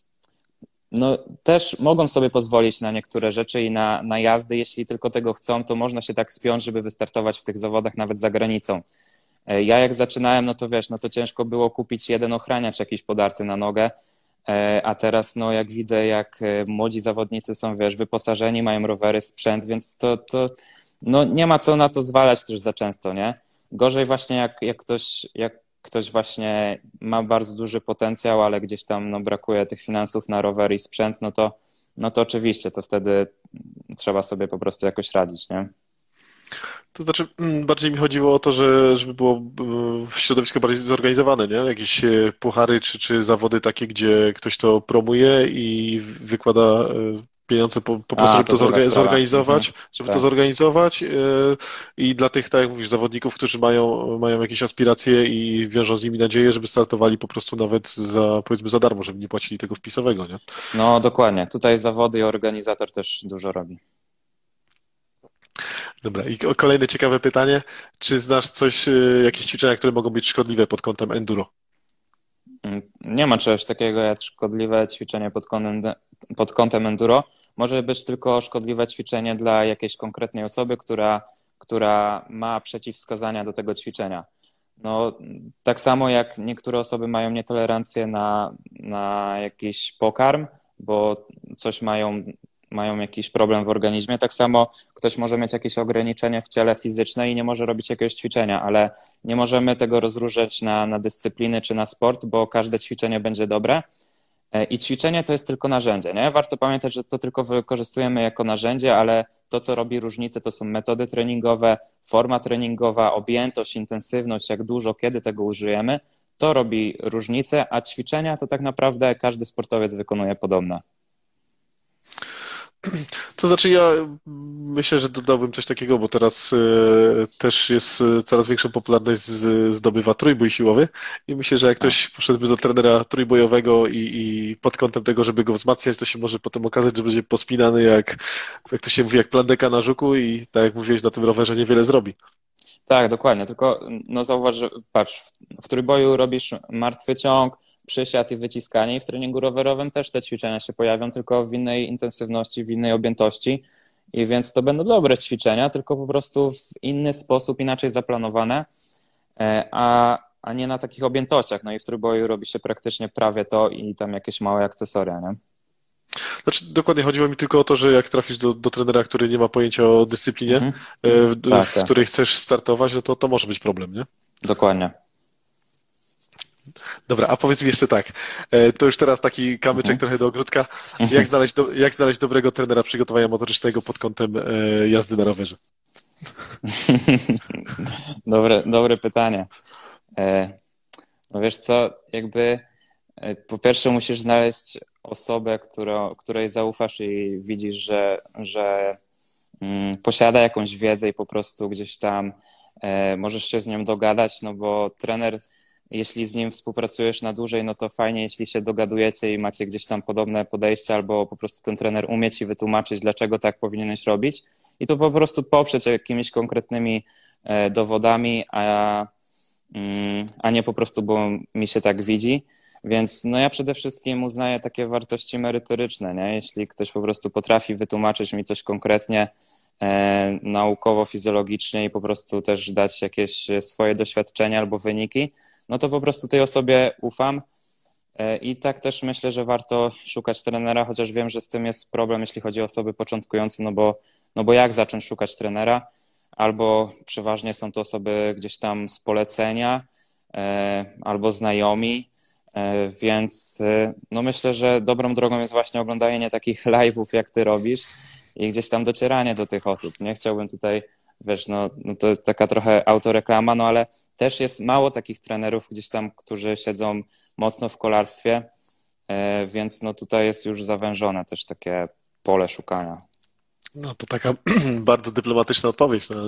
no, też mogą sobie pozwolić na niektóre rzeczy i na, na jazdy. Jeśli tylko tego chcą, to można się tak spiąć, żeby wystartować w tych zawodach nawet za granicą. E, Ja jak zaczynałem, no to wiesz, no to ciężko było kupić jeden ochraniacz jakiś podarty na nogę, e, a teraz no jak widzę, jak e, młodzi zawodnicy są, wiesz, wyposażeni, mają rowery, sprzęt, więc to, to no nie ma co na to zwalać też za często, nie? Gorzej właśnie jak, jak ktoś, jak ktoś właśnie ma bardzo duży potencjał, ale gdzieś tam no, brakuje tych finansów na rower i sprzęt, no to, no to oczywiście, to wtedy trzeba sobie po prostu jakoś radzić, nie? To znaczy, mm, bardziej mi chodziło o to, że, żeby było y, środowisko bardziej zorganizowane, nie? Jakieś y, puchary czy, czy zawody takie, gdzie ktoś to promuje i wykłada y, pieniądze po, po prostu, A, żeby to to druga zorga- sprawa. Mhm. zorganizować, żeby to Tak. zorganizować y, i dla tych, tak jak mówisz, zawodników, którzy mają, mają jakieś aspiracje i wiążą z nimi nadzieję, żeby startowali po prostu nawet za, powiedzmy, za darmo, żeby nie płacili tego wpisowego, nie? No dokładnie. Tutaj zawody i organizator też dużo robi. Dobra, i o- kolejne ciekawe pytanie. Czy znasz coś, y, jakieś ćwiczenia, które mogą być szkodliwe pod kątem enduro? Mm, Nie ma czegoś takiego jak szkodliwe ćwiczenie pod kątem, pod kątem enduro. Może być tylko szkodliwe ćwiczenie dla jakiejś konkretnej osoby, która, która ma przeciwwskazania do tego ćwiczenia. No, tak samo jak niektóre osoby mają nietolerancję na, na jakiś pokarm, bo coś mają, mają jakiś problem w organizmie, tak samo ktoś może mieć jakieś ograniczenie w ciele fizyczne i nie może robić jakiegoś ćwiczenia, ale nie możemy tego rozróżniać na, na dyscypliny czy na sport, bo każde ćwiczenie będzie dobre. E, I ćwiczenie to jest tylko narzędzie, nie? Warto pamiętać, że to tylko wykorzystujemy jako narzędzie, ale to, co robi różnicę, to są metody treningowe, forma treningowa, objętość, intensywność, jak dużo, kiedy tego użyjemy. To robi różnicę, a ćwiczenia to tak naprawdę każdy sportowiec wykonuje podobne. To znaczy ja myślę, że dodałbym coś takiego, bo teraz e, też jest e, coraz większą popularność z, zdobywa trójbój siłowy i myślę, że jak A, ktoś poszedłby do trenera trójbojowego i, i pod kątem tego, żeby go wzmacniać, to się może potem okazać, że będzie pospinany jak, jak to się mówi, jak plandeka na żuku i tak jak mówiłeś, na tym rowerze niewiele zrobi. tak, dokładnie, tylko no zauważ, że patrz, w, w trójboju robisz martwy ciąg, przysiad i wyciskanie i w treningu rowerowym też te ćwiczenia się pojawią, tylko w innej intensywności, w innej objętości i więc to będą dobre ćwiczenia, tylko po prostu w inny sposób, inaczej zaplanowane, e, a, a nie na takich objętościach. No i w trójboju robi się praktycznie prawie to i tam jakieś małe akcesoria, nie? Znaczy, dokładnie chodziło mi tylko o to, że jak trafisz do, do trenera, który nie ma pojęcia o dyscyplinie, Mhm. e, w, Tak, w tak, której chcesz startować, no to to może być problem, nie? dokładnie. Dobra, a powiedz mi jeszcze tak, e, to już teraz taki kamyczek Mhm. trochę do ogródka. Jak Mhm. znaleźć, do, jak znaleźć dobrego trenera przygotowania motorycznego pod kątem e, jazdy na rowerze? Dobre, dobre pytanie. E, No wiesz co, jakby e, po pierwsze musisz znaleźć osobę, którą, której zaufasz i widzisz, że, że mm, posiada jakąś wiedzę i po prostu gdzieś tam e, możesz się z nią dogadać, no bo trener, jeśli z nim współpracujesz na dłużej, no to fajnie, jeśli się dogadujecie i macie gdzieś tam podobne podejście, albo po prostu ten trener umie ci wytłumaczyć, dlaczego tak powinieneś robić i to po prostu poprzeć jakimiś konkretnymi e, dowodami, a mm, a nie po prostu, bo mi się tak widzi. Więc no ja przede wszystkim uznaję takie wartości merytoryczne, nie? Jeśli ktoś po prostu potrafi wytłumaczyć mi coś konkretnie, e, naukowo-fizjologicznie i po prostu też dać jakieś swoje doświadczenia albo wyniki, no to po prostu tej osobie ufam. E, I tak też myślę, że warto szukać trenera, chociaż wiem, że z tym jest problem, jeśli chodzi o osoby początkujące, no bo, no bo jak zacząć szukać trenera? Albo przeważnie są to osoby gdzieś tam z polecenia, e, albo znajomi, e, więc e, no myślę, że dobrą drogą jest właśnie oglądanie takich live'ów, jak ty robisz i gdzieś tam docieranie do tych osób. Nie chciałbym tutaj, wiesz, no, no to taka trochę autoreklama, no ale też jest mało takich trenerów gdzieś tam, którzy siedzą mocno w kolarstwie, e, więc no tutaj jest już zawężone też takie pole szukania. No to taka bardzo dyplomatyczna odpowiedź, no ale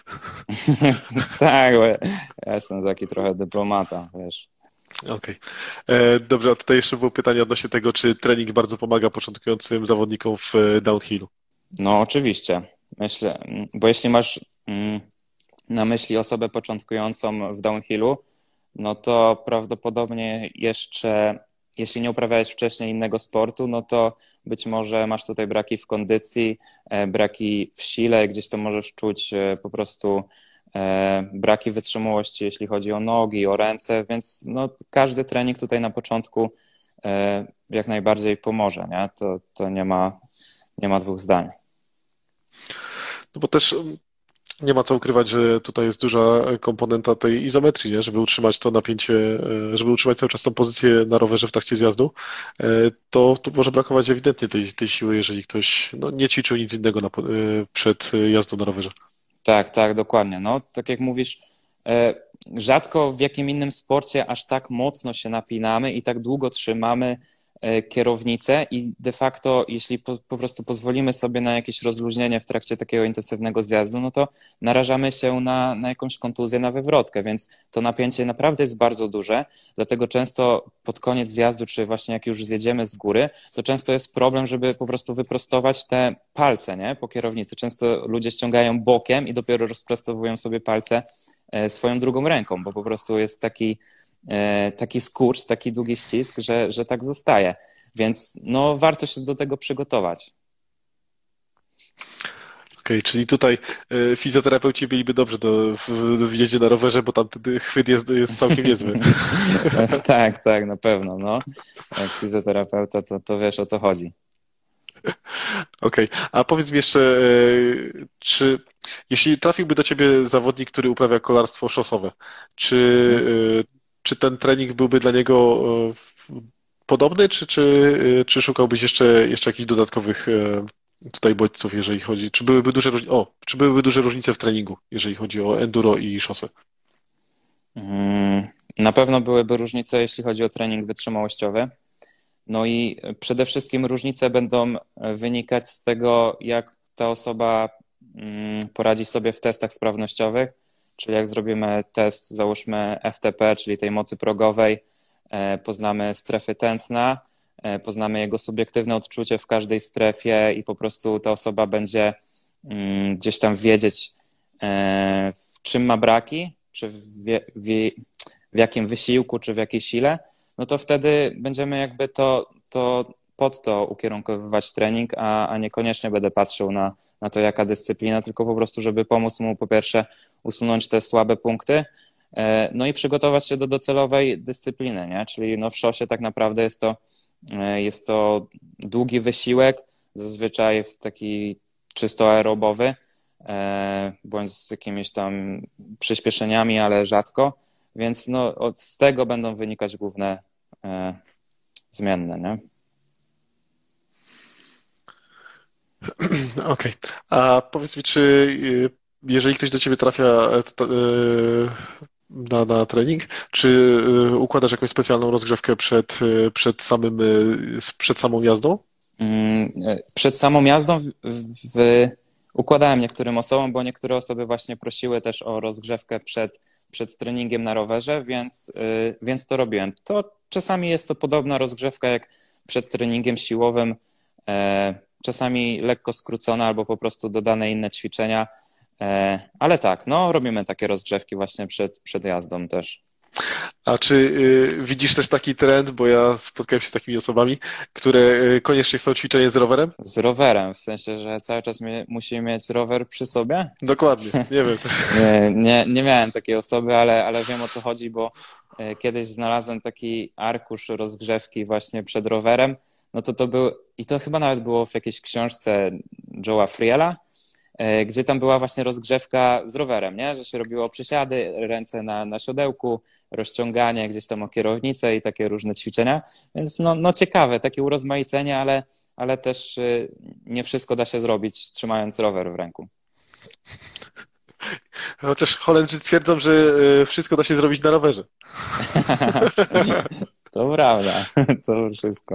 Tak, bo ja jestem taki trochę dyplomata, wiesz. okej. E, Dobrze, a tutaj jeszcze było pytanie odnośnie tego, czy trening bardzo pomaga początkującym zawodnikom w e, downhillu. No oczywiście, myślę, bo jeśli masz mm, na myśli osobę początkującą w downhillu, no to prawdopodobnie jeszcze, jeśli nie uprawiałeś wcześniej innego sportu, no to być może masz tutaj braki w kondycji, e, braki w sile, gdzieś to możesz czuć e, po prostu e, braki wytrzymałości, jeśli chodzi o nogi, o ręce, więc no, każdy trening tutaj na początku e, jak najbardziej pomoże, nie? To, to nie ma, nie ma dwóch zdań. No bo też mm, nie ma co ukrywać, że tutaj jest duża komponenta tej izometrii, nie? Żeby utrzymać to napięcie, e, żeby utrzymać cały czas tą pozycję na rowerze w trakcie zjazdu, e, to tu może brakować ewidentnie tej, tej siły, jeżeli ktoś no, nie ćwiczył nic innego na, po- e, przed jazdą na rowerze. Tak, tak, dokładnie. No, tak jak mówisz, e, rzadko w jakim innym sporcie aż tak mocno się napinamy i tak długo trzymamy e, kierownicę i de facto, jeśli po, po prostu pozwolimy sobie na jakieś rozluźnienie w trakcie takiego intensywnego zjazdu, no to narażamy się na, na jakąś kontuzję, na wywrotkę, więc to napięcie naprawdę jest bardzo duże, dlatego często pod koniec zjazdu, czy właśnie jak już zjedziemy z góry, to często jest problem, żeby po prostu wyprostować te palce, nie, po kierownicy. Często ludzie ściągają bokiem i dopiero rozprostowują sobie palce e, swoją drugą ręką, bo po prostu jest taki, e, taki skurcz, taki długi ścisk, że, że tak zostaje. Więc no, warto się do tego przygotować. Okej, czyli tutaj e, fizjoterapeuci byliby dobrze do, w, w jeździe na rowerze, bo tam wtedy chwyt jest, jest całkiem niezły. Tak, tak, na pewno. No. Jak fizjoterapeuta, to, to wiesz o co chodzi. Okej, a powiedz mi jeszcze, e, czy jeśli trafiłby do ciebie zawodnik, który uprawia kolarstwo szosowe, czy, Mhm. e, czy ten trening byłby dla niego e, w- podobny, czy, czy, e, czy szukałbyś jeszcze, jeszcze jakichś dodatkowych e, tutaj bodźców, jeżeli chodzi, czy byłyby duże różnice, o, czy byłyby duże różnice w treningu, jeżeli chodzi o enduro i szosę? Mm, Na pewno byłyby różnice, jeśli chodzi o trening wytrzymałościowy. No i przede wszystkim różnice będą wynikać z tego, jak ta osoba mm, poradzi sobie w testach sprawnościowych, czyli jak zrobimy test, załóżmy F T P, czyli tej mocy progowej, e, poznamy strefy tętna, e, poznamy jego subiektywne odczucie w każdej strefie i po prostu ta osoba będzie mm, gdzieś tam wiedzieć, e, w czym ma braki, czy w, wie- wie- w jakim wysiłku, czy w jakiej sile, no to wtedy będziemy jakby to, to pod to ukierunkowywać trening, a, a niekoniecznie będę patrzył na, na to, jaka dyscyplina, tylko po prostu, żeby pomóc mu po pierwsze usunąć te słabe punkty, e, no i przygotować się do docelowej dyscypliny, nie? Czyli no w szosie tak naprawdę jest to, e, jest to długi wysiłek, zazwyczaj w taki czysto aerobowy, e, bądź z jakimiś tam przyspieszeniami, ale rzadko. Więc no, od, z tego będą wynikać główne e, zmienne, nie? Okej, a powiedz mi, czy jeżeli ktoś do ciebie trafia e, to, e, na, na trening, czy e, układasz jakąś specjalną rozgrzewkę przed, e, przed samym, e, przed samą jazdą? Mm, Przed samą jazdą w, w, układałem niektórym osobom, bo niektóre osoby właśnie prosiły też o rozgrzewkę przed, przed treningiem na rowerze, więc, y, więc to robiłem. To czasami jest to podobna rozgrzewka jak przed treningiem siłowym, e, czasami lekko skrócona albo po prostu dodane inne ćwiczenia, e, ale tak, no robimy takie rozgrzewki właśnie przed, przed jazdą też. A czy y, widzisz też taki trend, bo ja spotkałem się z takimi osobami, które y, koniecznie chcą ćwiczenie z rowerem? Z rowerem, w sensie, że cały czas mie- musimy mieć rower przy sobie? Dokładnie, nie wiem. Nie, nie, nie miałem takiej osoby, ale, ale wiem o co chodzi, bo e, kiedyś znalazłem taki arkusz rozgrzewki właśnie przed rowerem. No to to był, i to chyba nawet było w jakiejś książce Joe'a Friela, e, gdzie tam była właśnie rozgrzewka z rowerem, nie? Że się robiło przysiady, ręce na, na siodełku, rozciąganie gdzieś tam o kierownicę i takie różne ćwiczenia. Więc no, no ciekawe, takie urozmaicenie, ale, ale też e, nie wszystko da się zrobić trzymając rower w ręku. Chociaż Holendrzy twierdzą, że y, wszystko da się zrobić na rowerze. To prawda, to wszystko.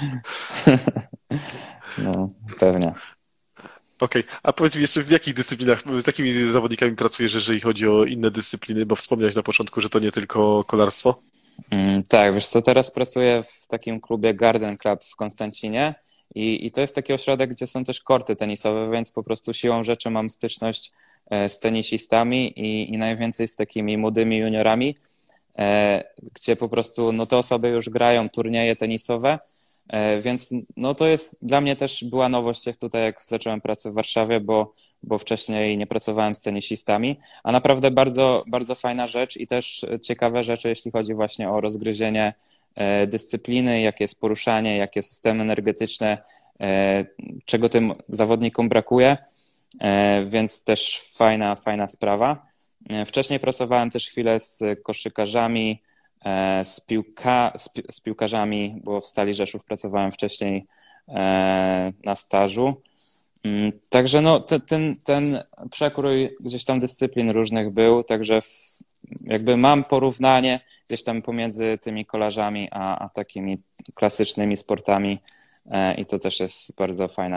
No, pewnie. Okej, a powiedz mi jeszcze w jakich dyscyplinach, z jakimi zawodnikami pracujesz, jeżeli chodzi o inne dyscypliny, bo wspomniałeś na początku, że to nie tylko kolarstwo. Mm, tak, wiesz co, teraz pracuję w takim klubie Garden Club w Konstancinie i, i to jest taki ośrodek, gdzie są też korty tenisowe, więc po prostu siłą rzeczy mam styczność e, z tenisistami i, i najwięcej z takimi młodymi juniorami, e, gdzie po prostu no te osoby już grają turnieje tenisowe, e, więc no to jest dla mnie też była nowość jak tutaj, jak zacząłem pracę w Warszawie, bo, bo wcześniej nie pracowałem z tenisistami, a naprawdę bardzo, bardzo fajna rzecz i też ciekawe rzeczy, jeśli chodzi właśnie o rozgryzienie e, dyscypliny, jakie jest poruszanie, jakie systemy energetyczne, e, czego tym zawodnikom brakuje, e, więc też fajna, fajna sprawa. E, Wcześniej pracowałem też chwilę z koszykarzami, e, z, piłka, z, pi- z piłkarzami, bo w Stali Rzeszów pracowałem wcześniej e, na stażu. Mm, Także no, te, ten, ten przekrój gdzieś tam dyscyplin różnych był, także w, jakby mam porównanie gdzieś tam pomiędzy tymi kolarzami a, a takimi klasycznymi sportami e, i to też jest bardzo fajne.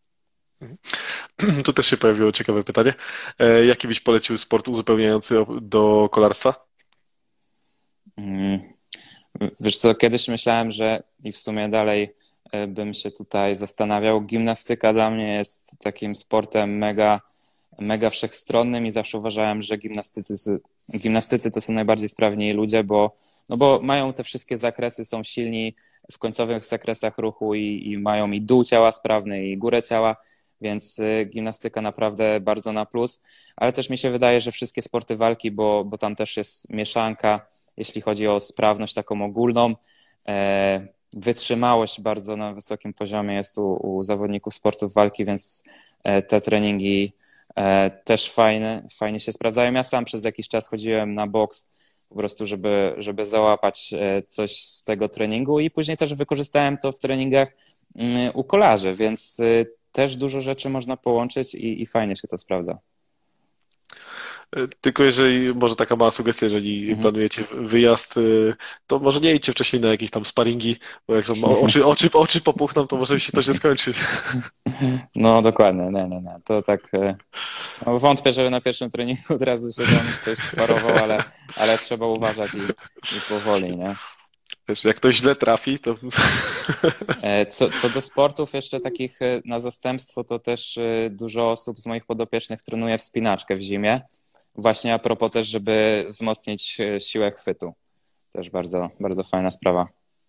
Tu też się pojawiło ciekawe pytanie. E, Jaki byś polecił sport uzupełniający o- do kolarstwa? Mm, Wiesz co, kiedyś myślałem, że i w sumie dalej e, bym się tutaj zastanawiał. Gimnastyka dla mnie jest takim sportem mega, mega wszechstronnym i zawsze uważałem, że gimnastycy, gimnastycy to są najbardziej sprawni ludzie, bo, no bo mają te wszystkie zakresy, są silni w końcowych zakresach ruchu i, i mają i dół ciała sprawny i górę ciała, więc y, gimnastyka naprawdę bardzo na plus, ale też mi się wydaje, że wszystkie sporty walki, bo, bo tam też jest mieszanka, jeśli chodzi o sprawność taką ogólną. E, Wytrzymałość bardzo na wysokim poziomie jest u, u zawodników sportów walki, więc e, te treningi e, też fajne, fajnie się sprawdzają. Ja sam przez jakiś czas chodziłem na boks po prostu, żeby, żeby załapać e, coś z tego treningu i później też wykorzystałem to w treningach mm, u kolarzy, więc e, też dużo rzeczy można połączyć i, i fajnie się to sprawdza. E, Tylko jeżeli, może taka mała sugestia, jeżeli Mhm. planujecie wyjazd, e, to może nie idźcie wcześniej na jakieś tam sparingi, bo jak tam oczy, oczy, oczy popuchną, to może się to źle skończyć. No dokładnie, nie, nie, nie. To tak e, no, wątpię, żeby na pierwszym treningu od razu się tam ktoś sparował, ale, ale trzeba uważać i, i powoli, nie? Wiesz, jak ktoś źle trafi, to E, Co, co do sportów jeszcze takich e, na zastępstwo, to też e, dużo osób z moich podopiecznych trenuje wspinaczkę w zimie. Właśnie a propos też, żeby wzmocnić e, siłę chwytu. Też bardzo, bardzo fajna sprawa.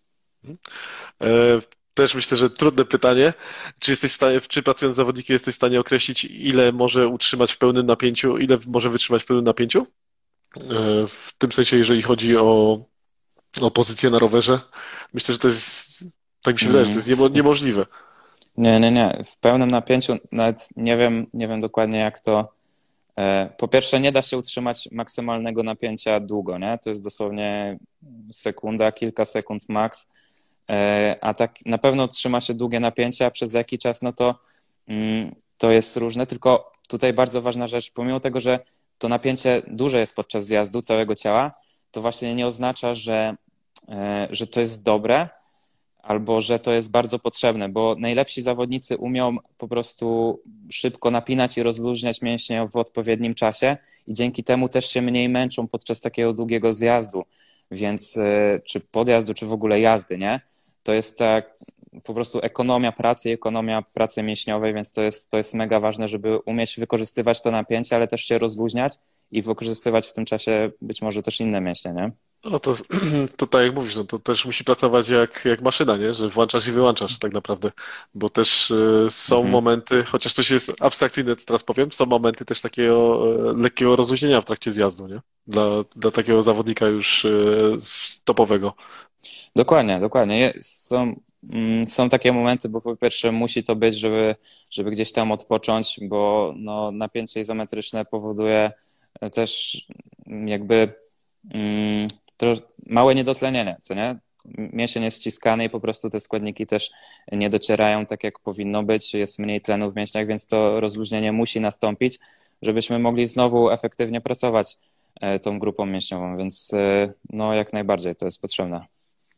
e, też myślę, że trudne pytanie. Czy jesteś w stanie, czy pracując z zawodnikiem jesteś w stanie określić, ile może utrzymać w pełnym napięciu, ile może wytrzymać w pełnym napięciu? E, W tym sensie, jeżeli chodzi o, o pozycję na rowerze, myślę, że to jest, tak mi się wydaje, że to Mm, jest niemo, niemożliwe. Nie, nie, nie. W pełnym napięciu nawet nie wiem, nie wiem dokładnie jak to. e, Po pierwsze, nie da się utrzymać maksymalnego napięcia długo, nie? To jest dosłownie sekunda, kilka sekund max. E, A tak na pewno trzyma się długie napięcie, a przez jaki czas, no to mm, to jest różne. Tylko tutaj bardzo ważna rzecz, pomimo tego, że to napięcie duże jest podczas zjazdu całego ciała, to właśnie nie oznacza, że, że to jest dobre albo że to jest bardzo potrzebne, bo najlepsi zawodnicy umią po prostu szybko napinać i rozluźniać mięśnie w odpowiednim czasie i dzięki temu też się mniej męczą podczas takiego długiego zjazdu, więc czy podjazdu, czy w ogóle jazdy, nie? To jest tak po prostu ekonomia pracy i ekonomia pracy mięśniowej, więc to jest, to jest mega ważne, żeby umieć wykorzystywać to napięcie, ale też się rozluźniać i wykorzystywać w tym czasie być może też inne mięśnie, nie? No to, to tak jak mówisz, no to też musi pracować jak, jak maszyna, nie? Że włączasz i wyłączasz tak naprawdę, bo też e, są Mhm. momenty, chociaż to jest abstrakcyjne, co teraz powiem, są momenty też takiego e, lekkiego rozluźnienia w trakcie zjazdu, nie? Dla, dla takiego zawodnika już e, z- topowego. Dokładnie, dokładnie. Je- Są, mm, są takie momenty, bo po pierwsze musi to być, żeby, żeby gdzieś tam odpocząć, bo no, napięcie izometryczne powoduje też mm, jakby mm, to małe niedotlenienie, co nie? Mięsień jest ściskany i po prostu te składniki też nie docierają tak, jak powinno być. Jest mniej tlenu w mięśniach, więc to rozluźnienie musi nastąpić, żebyśmy mogli znowu efektywnie pracować e, tą grupą mięśniową, więc e, no jak najbardziej to jest potrzebne.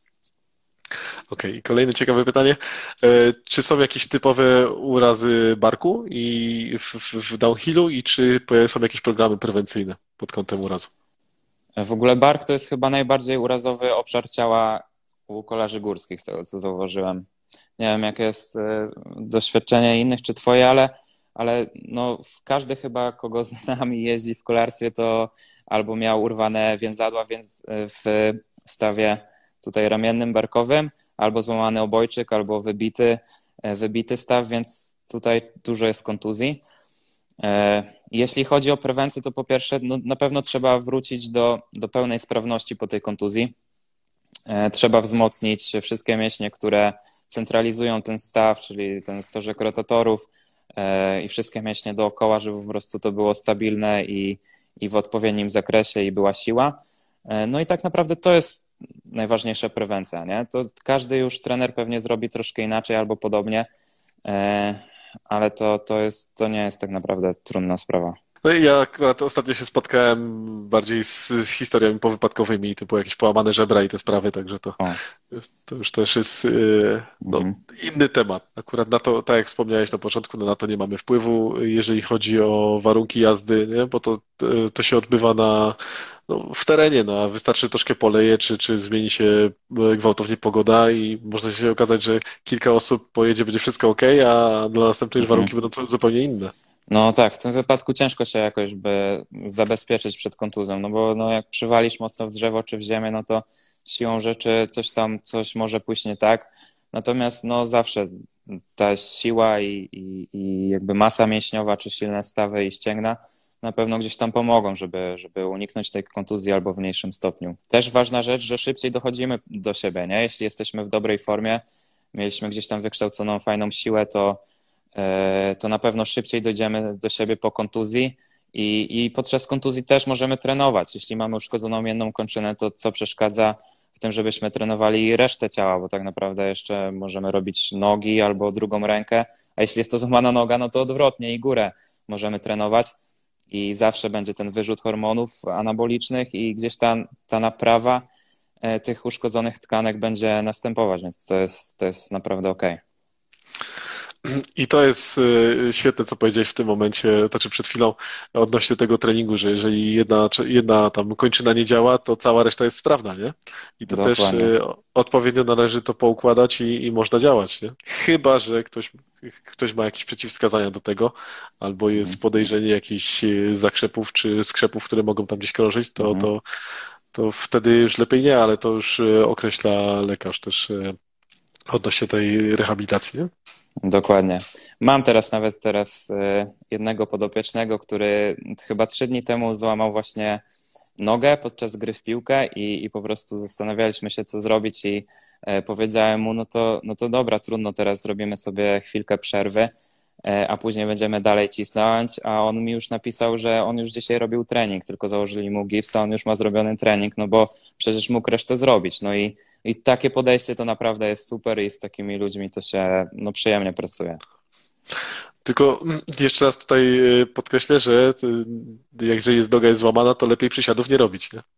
Okej, i kolejne ciekawe pytanie. E, Czy są jakieś typowe urazy barku i w, w, w downhillu i czy są jakieś programy prewencyjne pod kątem urazu? W ogóle bark to jest chyba najbardziej urazowy obszar ciała u kolarzy górskich, z tego co zauważyłem. Nie wiem, jakie jest e, doświadczenie innych czy twoje, ale, ale no, każdy chyba, kogo znam i jeździ w kolarstwie, to albo miał urwane więzadła więc w stawie tutaj ramiennym, barkowym, albo złamany obojczyk, albo wybity, e, wybity staw, więc tutaj dużo jest kontuzji. E, Jeśli chodzi o prewencję, to po pierwsze no, na pewno trzeba wrócić do, do pełnej sprawności po tej kontuzji. E, Trzeba wzmocnić wszystkie mięśnie, które centralizują ten staw, czyli ten stożek rotatorów e, i wszystkie mięśnie dookoła, żeby po prostu to było stabilne i, i w odpowiednim zakresie i była siła. E, No i tak naprawdę to jest najważniejsza prewencja, nie? To każdy już trener pewnie zrobi troszkę inaczej albo podobnie, e, ale to, to jest, to nie jest tak naprawdę trudna sprawa. No i ja akurat ostatnio się spotkałem bardziej z, z historiami powypadkowymi, typu jakieś połamane żebra i te sprawy, także to, O, to już też jest e, no, mhm, inny temat. Akurat na to, tak jak wspomniałeś na początku, no na to nie mamy wpływu, jeżeli chodzi o warunki jazdy, nie? Bo to, e, to się odbywa na, no, w terenie, no, a wystarczy troszkę poleje, czy, czy zmieni się e, gwałtownie pogoda i można się okazać, że kilka osób pojedzie, będzie wszystko ok, a dla następnych już mhm. warunki będą to zupełnie inne. No tak, w tym wypadku ciężko się jakoś by zabezpieczyć przed kontuzją, no bo no jak przywalisz mocno w drzewo czy w ziemię, no to siłą rzeczy coś tam, coś może pójść nie tak. Natomiast no zawsze ta siła i, i, i jakby masa mięśniowa, czy silne stawy i ścięgna na pewno gdzieś tam pomogą, żeby, żeby uniknąć tej kontuzji albo w mniejszym stopniu. Też ważna rzecz, że szybciej dochodzimy do siebie, nie? Jeśli jesteśmy w dobrej formie, mieliśmy gdzieś tam wykształconą fajną siłę, to e, to na pewno szybciej dojdziemy do siebie po kontuzji i, i podczas kontuzji też możemy trenować. Jeśli mamy uszkodzoną jedną kończynę, to co przeszkadza w tym, żebyśmy trenowali resztę ciała, bo tak naprawdę jeszcze możemy robić nogi albo drugą rękę, a jeśli jest to złamana noga, no to odwrotnie i górę możemy trenować i zawsze będzie ten wyrzut hormonów anabolicznych i gdzieś ta, ta naprawa e, tych uszkodzonych tkanek będzie następować, więc to jest, to jest naprawdę okej. I to jest e, świetne, co powiedziałeś w tym momencie, znaczy przed chwilą odnośnie tego treningu, że jeżeli jedna, czy jedna tam kończyna nie działa, to cała reszta jest sprawna, nie? I to też Dokładnie. e, odpowiednio należy to poukładać i, i można działać, nie? Chyba że ktoś, ktoś ma jakieś przeciwwskazania do tego, albo Mhm. jest podejrzenie jakichś e, zakrzepów czy skrzepów, które mogą tam gdzieś krążyć, to, Mhm. to, to wtedy już lepiej nie, ale to już e, określa lekarz też e, odnośnie tej rehabilitacji, nie? Dokładnie. Mam teraz nawet teraz e, jednego podopiecznego, który chyba trzy dni temu złamał właśnie nogę podczas gry w piłkę i, i po prostu zastanawialiśmy się, co zrobić i e, powiedziałem mu, no to, no to dobra, trudno, teraz zrobimy sobie chwilkę przerwy, e, a później będziemy dalej cisnąć, a on mi już napisał, że on już dzisiaj robił trening, tylko założyli mu gips, a on już ma zrobiony trening, no bo przecież mógł resztę zrobić. No i, i takie podejście to naprawdę jest super i z takimi ludźmi to się no, przyjemnie pracuje. Tylko mm, jeszcze raz tutaj e, podkreślę, że e, jak jeżeli jest noga jest złamana, to lepiej przysiadów nie robić, nie?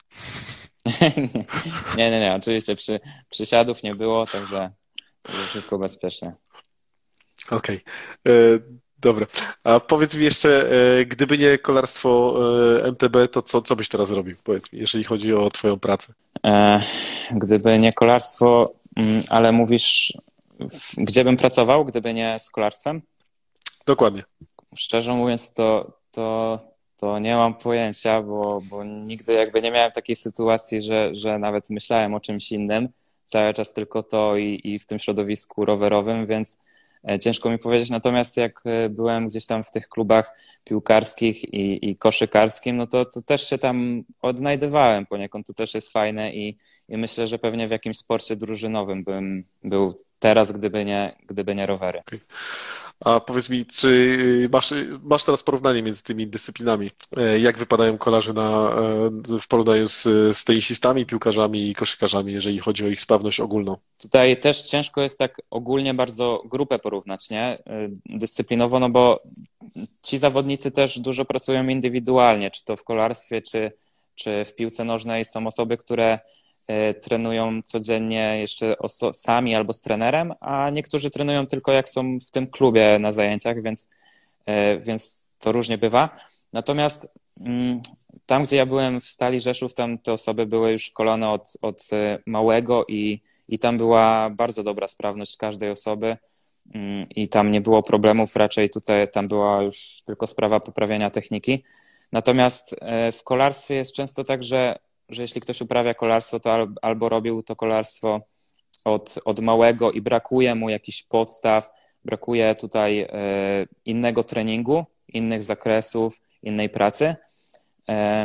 Nie, nie, nie, oczywiście przy, przysiadów nie było, także, także wszystko bezpiecznie. Okej. E, Dobra. A powiedz mi jeszcze, e, gdyby nie kolarstwo e, M T B, to co, co byś teraz robił? Powiedz mi, jeżeli chodzi o twoją pracę. E, Gdyby nie kolarstwo, mm, ale mówisz, w- gdzie bym pracował, gdyby nie z kolarstwem? Dokładnie. Szczerze mówiąc, to, to, to nie mam pojęcia, bo, bo nigdy jakby nie miałem takiej sytuacji, że, że nawet myślałem o czymś innym. Cały czas tylko to i, i w tym środowisku rowerowym, więc e, ciężko mi powiedzieć. Natomiast jak e, byłem gdzieś tam w tych klubach piłkarskich i, i koszykarskim, no to, to też się tam odnajdywałem poniekąd. To też jest fajne i, i myślę, że pewnie w jakimś sporcie drużynowym bym był teraz, gdyby nie, gdyby nie rowery. Okej. A powiedz mi, czy masz, masz teraz porównanie między tymi dyscyplinami? E, Jak wypadają kolarze na, e, w porównaniu z, z tenisistami, piłkarzami i koszykarzami, jeżeli chodzi o ich sprawność ogólną? Tutaj też ciężko jest tak ogólnie bardzo grupę porównać, nie? Dyscyplinowo, no bo ci zawodnicy też dużo pracują indywidualnie, czy to w kolarstwie, czy, czy w piłce nożnej. Są osoby, które e, trenują codziennie jeszcze oso- sami albo z trenerem, a niektórzy trenują tylko jak są w tym klubie na zajęciach, więc, e, więc to różnie bywa. Natomiast mm, tam, gdzie ja byłem w Stali Rzeszów, tam te osoby były już szkolone od, od e, małego i i tam była bardzo dobra sprawność każdej osoby mm, i tam nie było problemów, raczej tutaj tam była już tylko sprawa poprawiania techniki. Natomiast e, w kolarstwie jest często tak, że, że jeśli ktoś uprawia kolarstwo, to al- albo robił to kolarstwo od, od małego i brakuje mu jakichś podstaw, brakuje tutaj e, innego treningu, innych zakresów, innej pracy. E,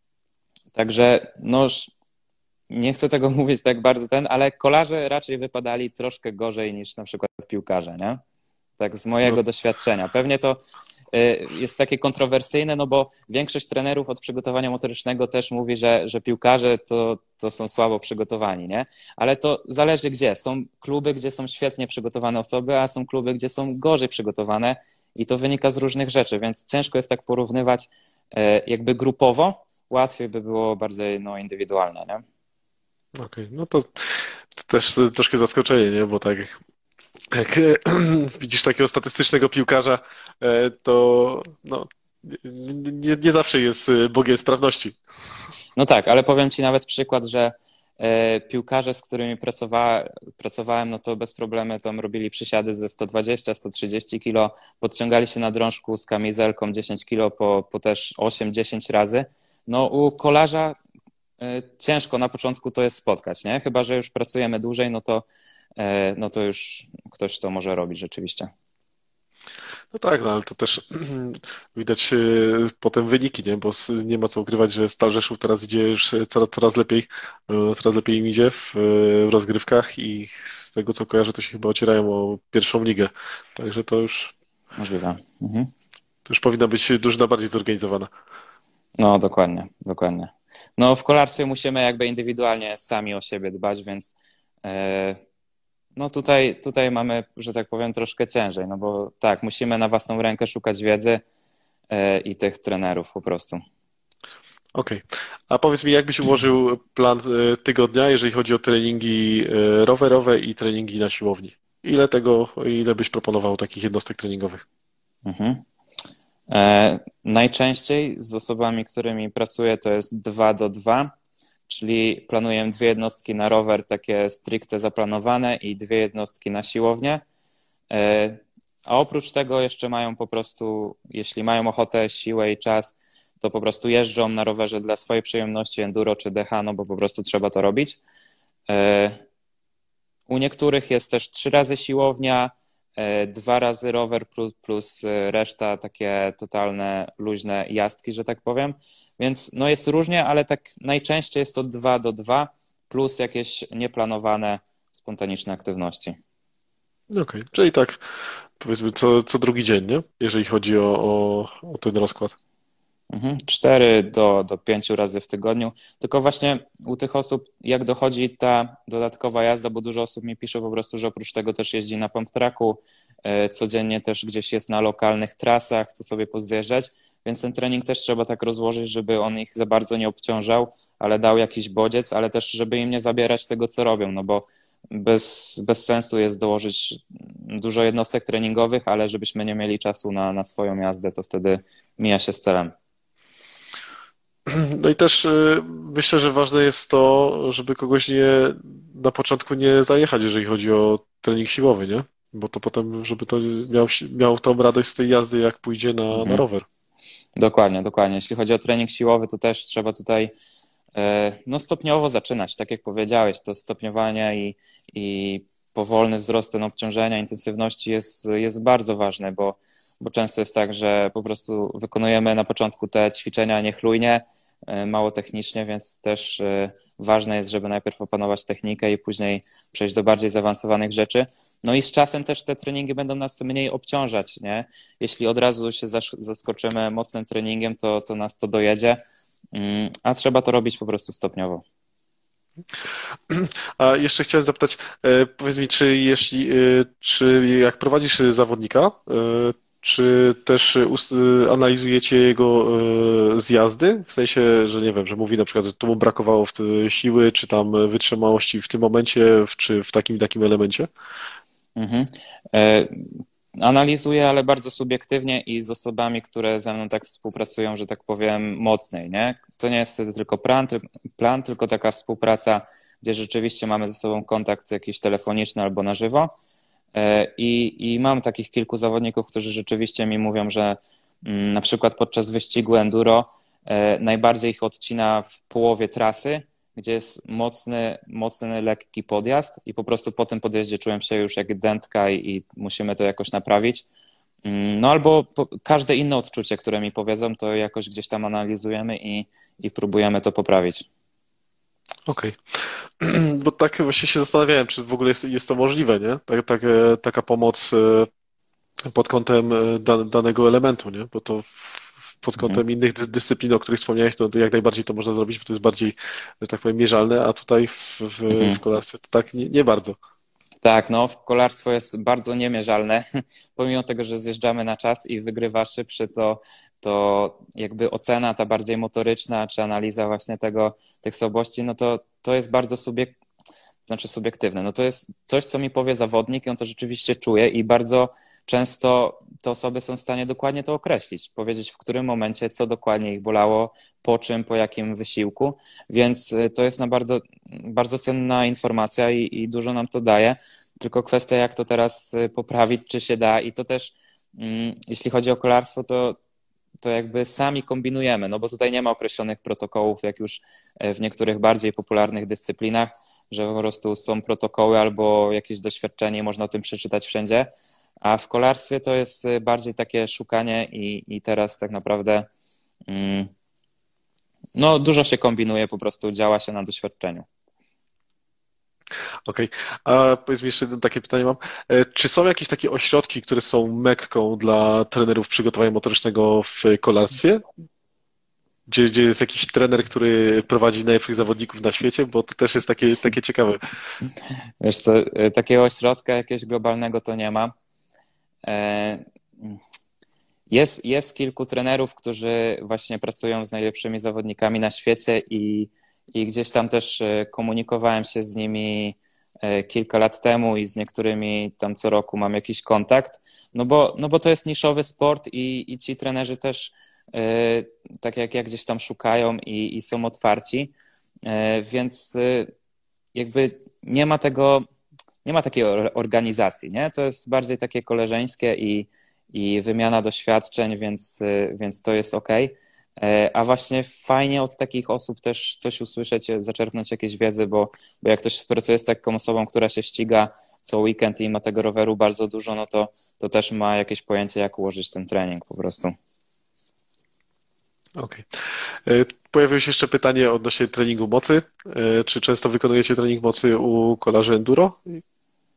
Także no, nie chcę tego mówić tak bardzo ten, ale kolarze raczej wypadali troszkę gorzej niż na przykład piłkarze, nie? Tak z No, mojego doświadczenia. Pewnie to y, jest takie kontrowersyjne, no bo większość trenerów od przygotowania motorycznego też mówi, że, że piłkarze to, to są słabo przygotowani, nie? Ale to zależy gdzie. Są kluby, gdzie są świetnie przygotowane osoby, a są kluby, gdzie są gorzej przygotowane i to wynika z różnych rzeczy, więc ciężko jest tak porównywać y, jakby grupowo. Łatwiej by było bardziej no, indywidualnie, nie? okej. No to, to też troszkę zaskoczenie, nie? Bo tak jak, jak e, widzisz takiego statystycznego piłkarza, e, to no, nie, nie, nie zawsze jest e, Bogiem sprawności. No tak, ale powiem Ci nawet przykład, że e, piłkarze, z którymi pracowa, pracowałem, no to bez problemu tam robili przysiady ze sto dwadzieścia sto trzydzieści kilo, podciągali się na drążku z kamizelką dziesięć kilo po, po też osiem dziesięć razy. No u kolarza e, ciężko na początku to jest spotkać, nie? Chyba że już pracujemy dłużej, no to, e, no to już ktoś to może robić rzeczywiście. No tak, no ale to też widać e, potem wyniki, nie? Bo s- nie ma co ukrywać, że Stal Rzeszów teraz idzie już e, coraz, coraz lepiej, e, coraz lepiej im idzie w, e, w rozgrywkach i z tego co kojarzę, to się chyba ocierają o pierwszą ligę. Także to już, Możliwe. Mhm. to już powinna być drużyna bardziej zorganizowana. No dokładnie, dokładnie. No w kolarstwie musimy jakby indywidualnie sami o siebie dbać, więc e, no tutaj, tutaj mamy, że tak powiem, troszkę ciężej, no bo tak, musimy na własną rękę szukać wiedzy e, i tych trenerów po prostu. Okej. A powiedz mi, jak byś ułożył plan e, tygodnia, jeżeli chodzi o treningi e, rowerowe i treningi na siłowni? Ile tego, ile byś proponował takich jednostek treningowych? Mhm. E, najczęściej z osobami, którymi pracuję, to jest dwa do dwa, czyli planuję dwie jednostki na rower, takie stricte zaplanowane i dwie jednostki na siłownię. E, A oprócz tego jeszcze mają po prostu, jeśli mają ochotę, siłę i czas, to po prostu jeżdżą na rowerze dla swojej przyjemności, enduro czy D H, no bo po prostu trzeba to robić. E, U niektórych jest też trzy razy siłownia, e, dwa razy rower plus, plus e, reszta takie totalne, luźne jazdki, że tak powiem. Więc no jest różnie, ale tak najczęściej jest to dwa do dwa plus jakieś nieplanowane, spontaniczne aktywności. Okej, czyli tak powiedzmy co, co drugi dzień, nie? Jeżeli chodzi o, o, o ten rozkład. Mhm. Cztery do, do pięciu razy w tygodniu. Tylko właśnie u tych osób, jak dochodzi ta dodatkowa jazda, bo dużo osób mi pisze po prostu, że oprócz tego też jeździ na pump tracku, e, codziennie też gdzieś jest na lokalnych trasach, chce sobie pozjeżdżać, więc ten trening też trzeba tak rozłożyć, żeby on ich za bardzo nie obciążał, ale dał jakiś bodziec, ale też żeby im nie zabierać tego, co robią, no bo bez, bez sensu jest dołożyć dużo jednostek treningowych, ale żebyśmy nie mieli czasu na, na swoją jazdę, to wtedy mija się z celem. No i też y, myślę, że ważne jest to, żeby kogoś nie na początku nie zajechać, jeżeli chodzi o trening siłowy, nie? Bo to potem, żeby to miał, miał tą radość z tej jazdy, jak pójdzie na, na Mhm. rower. Dokładnie, dokładnie. Jeśli chodzi o trening siłowy, to też trzeba tutaj e, no, stopniowo zaczynać. Tak jak powiedziałeś, to stopniowanie i, i powolny wzrost ten obciążenia, intensywności jest, jest bardzo ważny, bo, bo często jest tak, że po prostu wykonujemy na początku te ćwiczenia niechlujnie, e, mało technicznie, więc też e, ważne jest, żeby najpierw opanować technikę i później przejść do bardziej zaawansowanych rzeczy. No i z czasem też te treningi będą nas mniej obciążać, nie? Jeśli od razu się zasz- zaskoczymy mocnym treningiem, to, to nas to dojedzie, mm, a trzeba to robić po prostu stopniowo. A jeszcze chciałem zapytać, e, powiedz mi, czy jeśli, e, czy jak prowadzisz zawodnika, e, czy też ust- e, analizujecie jego e, zjazdy? W sensie, że nie wiem, że mówi na przykład, że tu mu brakowało w te siły, czy tam wytrzymałości w tym momencie, w- czy w takim i takim elemencie? Mhm. E, Analizuję, ale bardzo subiektywnie i z osobami, które ze mną tak współpracują, że tak powiem, mocniej, nie? To nie jest wtedy tylko plan, tyl- plan, tylko taka współpraca, gdzie rzeczywiście mamy ze sobą kontakt jakiś telefoniczny albo na żywo. E, I, i mam takich kilku zawodników, którzy rzeczywiście mi mówią, że mm, na przykład podczas wyścigu enduro e, najbardziej ich odcina w połowie trasy, gdzie jest mocny, mocny, lekki podjazd i po prostu po tym podjeździe czułem się już jak dętka i, i musimy to jakoś naprawić. Mm, No albo po, każde inne odczucie, które mi powiedzą, to jakoś gdzieś tam analizujemy i, i próbujemy to poprawić. Okej. Bo tak właśnie się zastanawiałem, czy w ogóle jest, jest to możliwe, nie? Tak, tak, e, taka pomoc e, pod kątem e, da, danego elementu, nie? Bo to w- pod Mhm. kątem innych dys- dyscyplin, o których wspomniałeś, to, to jak najbardziej to można zrobić, bo to jest bardziej, że tak powiem, mierzalne, a tutaj w, w, Mhm. w kolarstwie to tak nie, nie bardzo. Tak, no, kolarstwo jest bardzo niemierzalne. Pomimo tego, że zjeżdżamy na czas i wygrywa szybszy, to, to jakby ocena ta bardziej motoryczna, czy analiza właśnie tego, tych słabości, no to, to jest bardzo subiek, znaczy subiektywne. No to jest coś, co mi powie zawodnik i on to rzeczywiście czuje i bardzo często te osoby są w stanie dokładnie to określić, powiedzieć w którym momencie, co dokładnie ich bolało, po czym, po jakim wysiłku, więc y, to jest na bardzo, bardzo cenna informacja i, i dużo nam to daje, tylko kwestia jak to teraz y, poprawić, czy się da i to też, mm, jeśli chodzi o kolarstwo, to to jakby sami kombinujemy, no bo tutaj nie ma określonych protokołów, jak już e, w niektórych bardziej popularnych dyscyplinach, że po prostu są protokoły albo jakieś doświadczenie i można o tym przeczytać wszędzie, a w kolarstwie to jest e, bardziej takie szukanie i, i teraz tak naprawdę mm, no dużo się kombinuje, po prostu działa się na doświadczeniu. Okej. A powiedz mi jeszcze jedno takie pytanie mam. E, Czy są jakieś takie ośrodki, które są mekką dla trenerów przygotowania motorycznego w kolarstwie? Gdzie, gdzie jest jakiś trener, który prowadzi najlepszych zawodników na świecie? Bo to też jest takie, takie ciekawe. Wiesz co, e, takiego ośrodka jakiegoś globalnego to nie ma. E, Jest, jest kilku trenerów, którzy właśnie pracują z najlepszymi zawodnikami na świecie i, i gdzieś tam też e, komunikowałem się z nimi e, kilka lat temu i z niektórymi tam co roku mam jakiś kontakt, no bo, no bo to jest niszowy sport i, i ci trenerzy też e, tak jak ja gdzieś tam szukają i, i są otwarci, E, więc e, jakby nie ma tego, nie ma takiej or- organizacji, nie? To jest bardziej takie koleżeńskie i, i wymiana doświadczeń, więc, y, więc to jest okej. E, A właśnie fajnie od takich osób też coś usłyszeć, zaczerpnąć jakieś wiedzy, bo, bo jak ktoś pracuje z taką osobą, która się ściga co weekend i ma tego roweru bardzo dużo, no to, to też ma jakieś pojęcie, jak ułożyć ten trening po prostu. Okej. E, Pojawiło się jeszcze pytanie odnośnie treningu mocy. E, Czy często wykonujecie trening mocy u kolarzy enduro?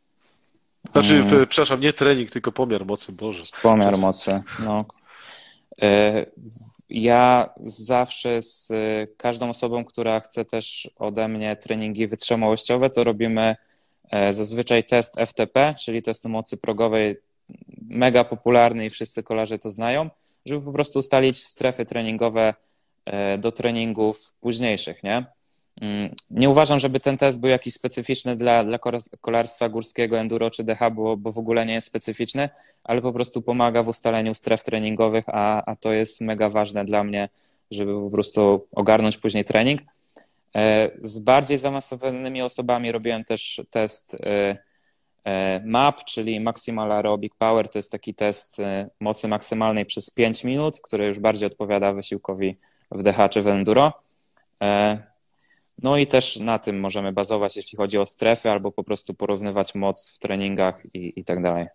Znaczy, Mm, w- przepraszam, nie trening, tylko pomiar mocy, Boże. Pomiar Przepraszam. mocy, no. E, Ja zawsze z każdą osobą, która chce też ode mnie treningi wytrzymałościowe, to robimy e, zazwyczaj test F T P, czyli testu mocy progowej, mega popularny i wszyscy kolarze to znają, żeby po prostu ustalić strefy treningowe e, do treningów późniejszych, nie? Mm, Nie uważam, żeby ten test był jakiś specyficzny dla, dla kolarstwa górskiego, enduro czy D H, bo, bo w ogóle nie jest specyficzny, ale po prostu pomaga w ustaleniu stref treningowych, a, a to jest mega ważne dla mnie, żeby po prostu ogarnąć później trening. E, Z bardziej zaawansowanymi osobami robiłem też test e, e, M A P, czyli Maximal Aerobic Power. To jest taki test e, mocy maksymalnej przez pięć minut, który już bardziej odpowiada wysiłkowi w D H czy w enduro. E, No i też na tym możemy bazować, jeśli chodzi o strefy, albo po prostu porównywać moc w treningach i, i tak dalej.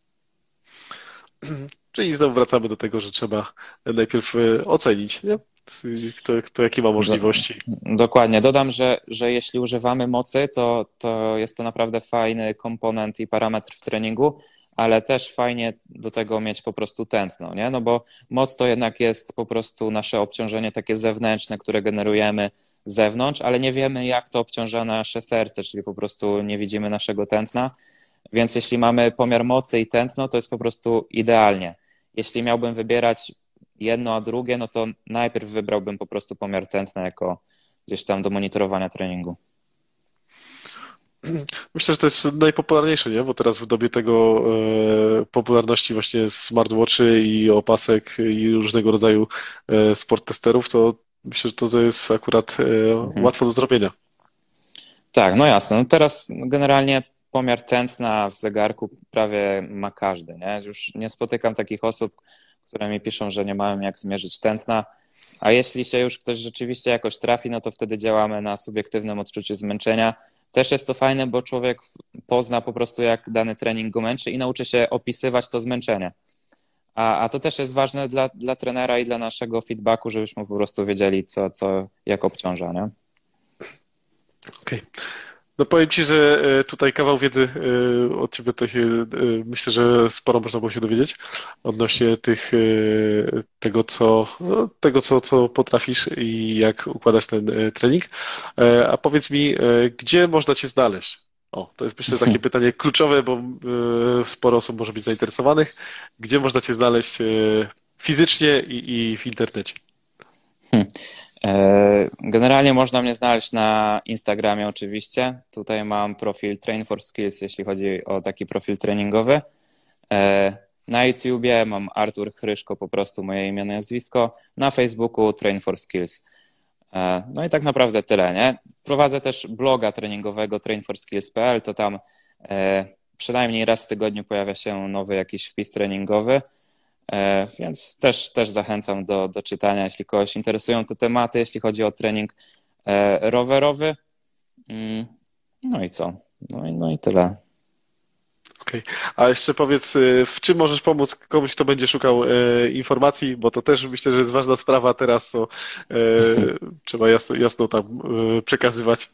Czyli znowu wracamy do tego, że trzeba najpierw e, ocenić, nie? Kto, kto jakie ma Do, możliwości. dokładnie. Dodam, że, że jeśli używamy mocy, to, to jest to naprawdę fajny komponent i parametr w treningu, ale też fajnie do tego mieć po prostu tętno, nie? No bo moc to jednak jest po prostu nasze obciążenie takie zewnętrzne, które generujemy z zewnątrz, ale nie wiemy, jak to obciąża nasze serce, czyli po prostu nie widzimy naszego tętna. Więc jeśli mamy pomiar mocy i tętno, to jest po prostu idealnie. Jeśli miałbym wybierać jedno a drugie, no to najpierw wybrałbym po prostu pomiar tętna jako gdzieś tam do monitorowania treningu. Myślę, że to jest najpopularniejsze, nie? Bo teraz w dobie tego e, popularności właśnie smartwatchy i opasek i różnego rodzaju e, sport testerów, to myślę, że to, to jest akurat e, Mhm. łatwo do zrobienia. Tak, no jasne. No teraz generalnie pomiar tętna w zegarku prawie ma każdy, nie? Już nie spotykam takich osób, które mi piszą, że nie mają jak zmierzyć tętna, a jeśli się już ktoś rzeczywiście jakoś trafi, no to wtedy działamy na subiektywnym odczuciu zmęczenia. Też jest to fajne, bo człowiek pozna po prostu, jak dany trening go męczy i nauczy się opisywać to zmęczenie. A, a to też jest ważne dla, dla trenera i dla naszego feedbacku, żebyśmy po prostu wiedzieli, co, co jak obciąża, nie? Okej. No powiem Ci, że e, tutaj kawał wiedzy e, od Ciebie to się, e, myślę, że sporo można było się dowiedzieć odnośnie tych, e, tego, co, no, tego co, co potrafisz i jak układać ten e, trening. E, A powiedz mi, e, gdzie można Cię znaleźć? O, to jest myślę takie pytanie kluczowe, bo e, sporo osób może być zainteresowanych. Gdzie można Cię znaleźć e, fizycznie i, i w internecie? Hmm. E, Generalnie można mnie znaleźć na Instagramie oczywiście. Tutaj mam profil Train for Skills, jeśli chodzi o taki profil treningowy. E, Na YouTubie mam Artur Chryszko, po prostu moje imię, nazwisko. Na Facebooku Train for Skills. E, No i tak naprawdę tyle, nie? Prowadzę też bloga treningowego train for skills kropka p l, to tam e, przynajmniej raz w tygodniu pojawia się nowy jakiś wpis treningowy. E, Więc też, też zachęcam do, do czytania, jeśli kogoś interesują te tematy, jeśli chodzi o trening e, rowerowy. Mm, No i co? No i, no i tyle. Okej. A jeszcze powiedz, y, w czym możesz pomóc komuś, kto będzie szukał e, informacji, bo to też myślę, że jest ważna sprawa teraz, to e, trzeba jasno, jasno tam e, przekazywać.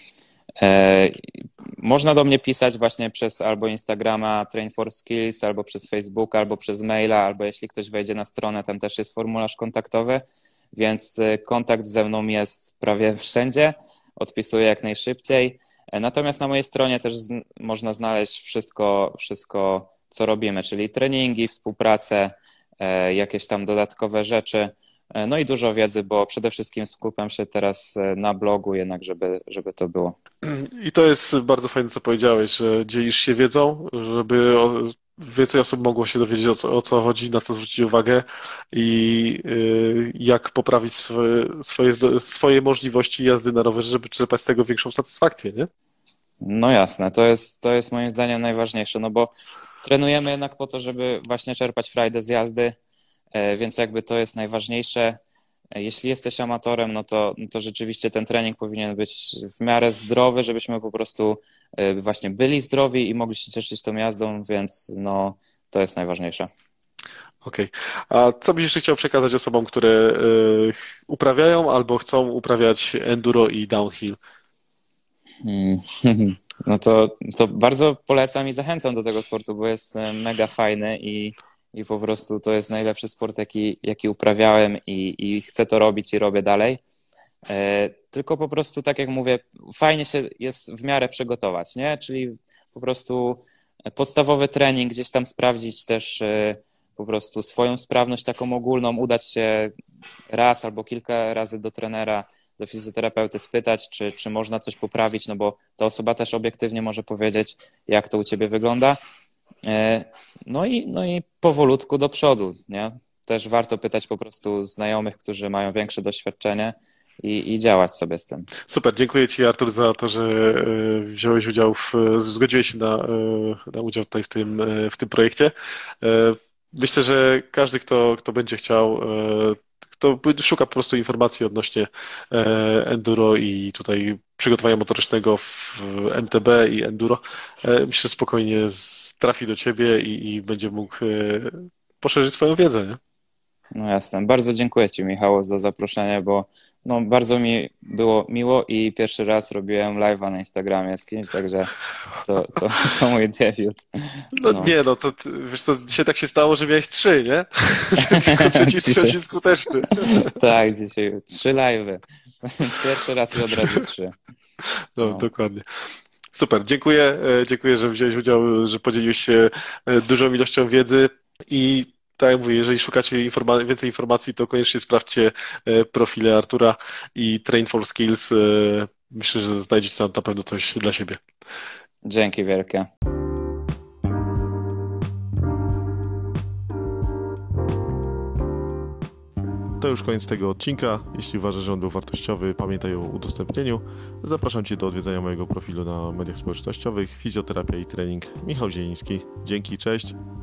E, Można do mnie pisać właśnie przez albo Instagrama Train for Skills, albo przez Facebook, albo przez maila, albo jeśli ktoś wejdzie na stronę, tam też jest formularz kontaktowy, więc e, kontakt ze mną jest prawie wszędzie, odpisuję jak najszybciej. E, Natomiast na mojej stronie też z, można znaleźć wszystko, wszystko, co robimy, czyli treningi, współpracę, e, jakieś tam dodatkowe rzeczy. E, No i dużo wiedzy, bo przede wszystkim skupiam się teraz e, na blogu, jednak żeby, żeby to było. I to jest bardzo fajne, co powiedziałeś, że dzielisz się wiedzą, żeby o- więcej osób mogło się dowiedzieć, o co, o co chodzi, na co zwrócić uwagę i y, jak poprawić swoje, swoje, zdo- swoje możliwości jazdy na rowerze, żeby czerpać z tego większą satysfakcję, nie? No jasne, to jest, to jest moim zdaniem najważniejsze, no bo trenujemy jednak po to, żeby właśnie czerpać frajdę z jazdy, e, więc jakby to jest najważniejsze. E, Jeśli jesteś amatorem, no to, no to rzeczywiście ten trening powinien być w miarę zdrowy, żebyśmy po prostu e, właśnie byli zdrowi i mogli się cieszyć tą jazdą, więc no to jest najważniejsze. Okej. A co byś jeszcze chciał przekazać osobom, które y, uprawiają albo chcą uprawiać enduro i downhill? Hmm. No to, to bardzo polecam i zachęcam do tego sportu, bo jest e, mega fajny i, i po prostu to jest najlepszy sport, jaki, jaki uprawiałem i, i chcę to robić i robię dalej. E, tylko po prostu, tak jak mówię, fajnie się jest w miarę przygotować, nie? Czyli po prostu podstawowy trening, gdzieś tam sprawdzić też e, po prostu swoją sprawność taką ogólną, udać się raz albo kilka razy do trenera, do fizjoterapeuty spytać, czy, czy można coś poprawić, no bo ta osoba też obiektywnie może powiedzieć, jak to u ciebie wygląda. E, No i, no i powolutku do przodu, nie? Też warto pytać po prostu znajomych, którzy mają większe doświadczenie i, i działać sobie z tym. Super, dziękuję Ci, Artur, za to, że e, wziąłeś udział w, zgodziłeś się na, e, na udział tutaj w tym, e, w tym projekcie. E, Myślę, że każdy, kto, kto będzie chciał, e, kto szuka po prostu informacji odnośnie e, enduro i tutaj przygotowania motorycznego w M T B i enduro, e, myślę, że spokojnie z- trafi do Ciebie i, i będzie mógł e, poszerzyć swoją wiedzę, nie? No jasne. Bardzo dziękuję Ci, Michał, za zaproszenie, bo no, bardzo mi było miło i pierwszy raz robiłem live'a na Instagramie z kimś, także to, to, to mój debiut. No No. nie, no to ty- wiesz co, dzisiaj tak się stało, że miałeś trzy, nie? Tylko trzeci, Dzisiaj- trzeci skuteczny. Tak, dzisiaj trzy live'y. Pierwszy raz i od razu trzy. No, No. dokładnie. Super, dziękuję, e, dziękuję, że wziąłeś udział, że podzieliłeś się e, dużą ilością wiedzy i tak jak mówię, jeżeli szukacie informa- więcej informacji, to koniecznie sprawdźcie e, profile Artura i Train for Skills. E, Myślę, że znajdziecie tam na pewno coś dla siebie. Dzięki wielkie. To już koniec tego odcinka. Jeśli uważasz, że on był wartościowy, pamiętaj o udostępnieniu. Zapraszam Cię do odwiedzenia mojego profilu na mediach społecznościowych. Fizjoterapia i trening. Michał Zieliński. Dzięki, cześć.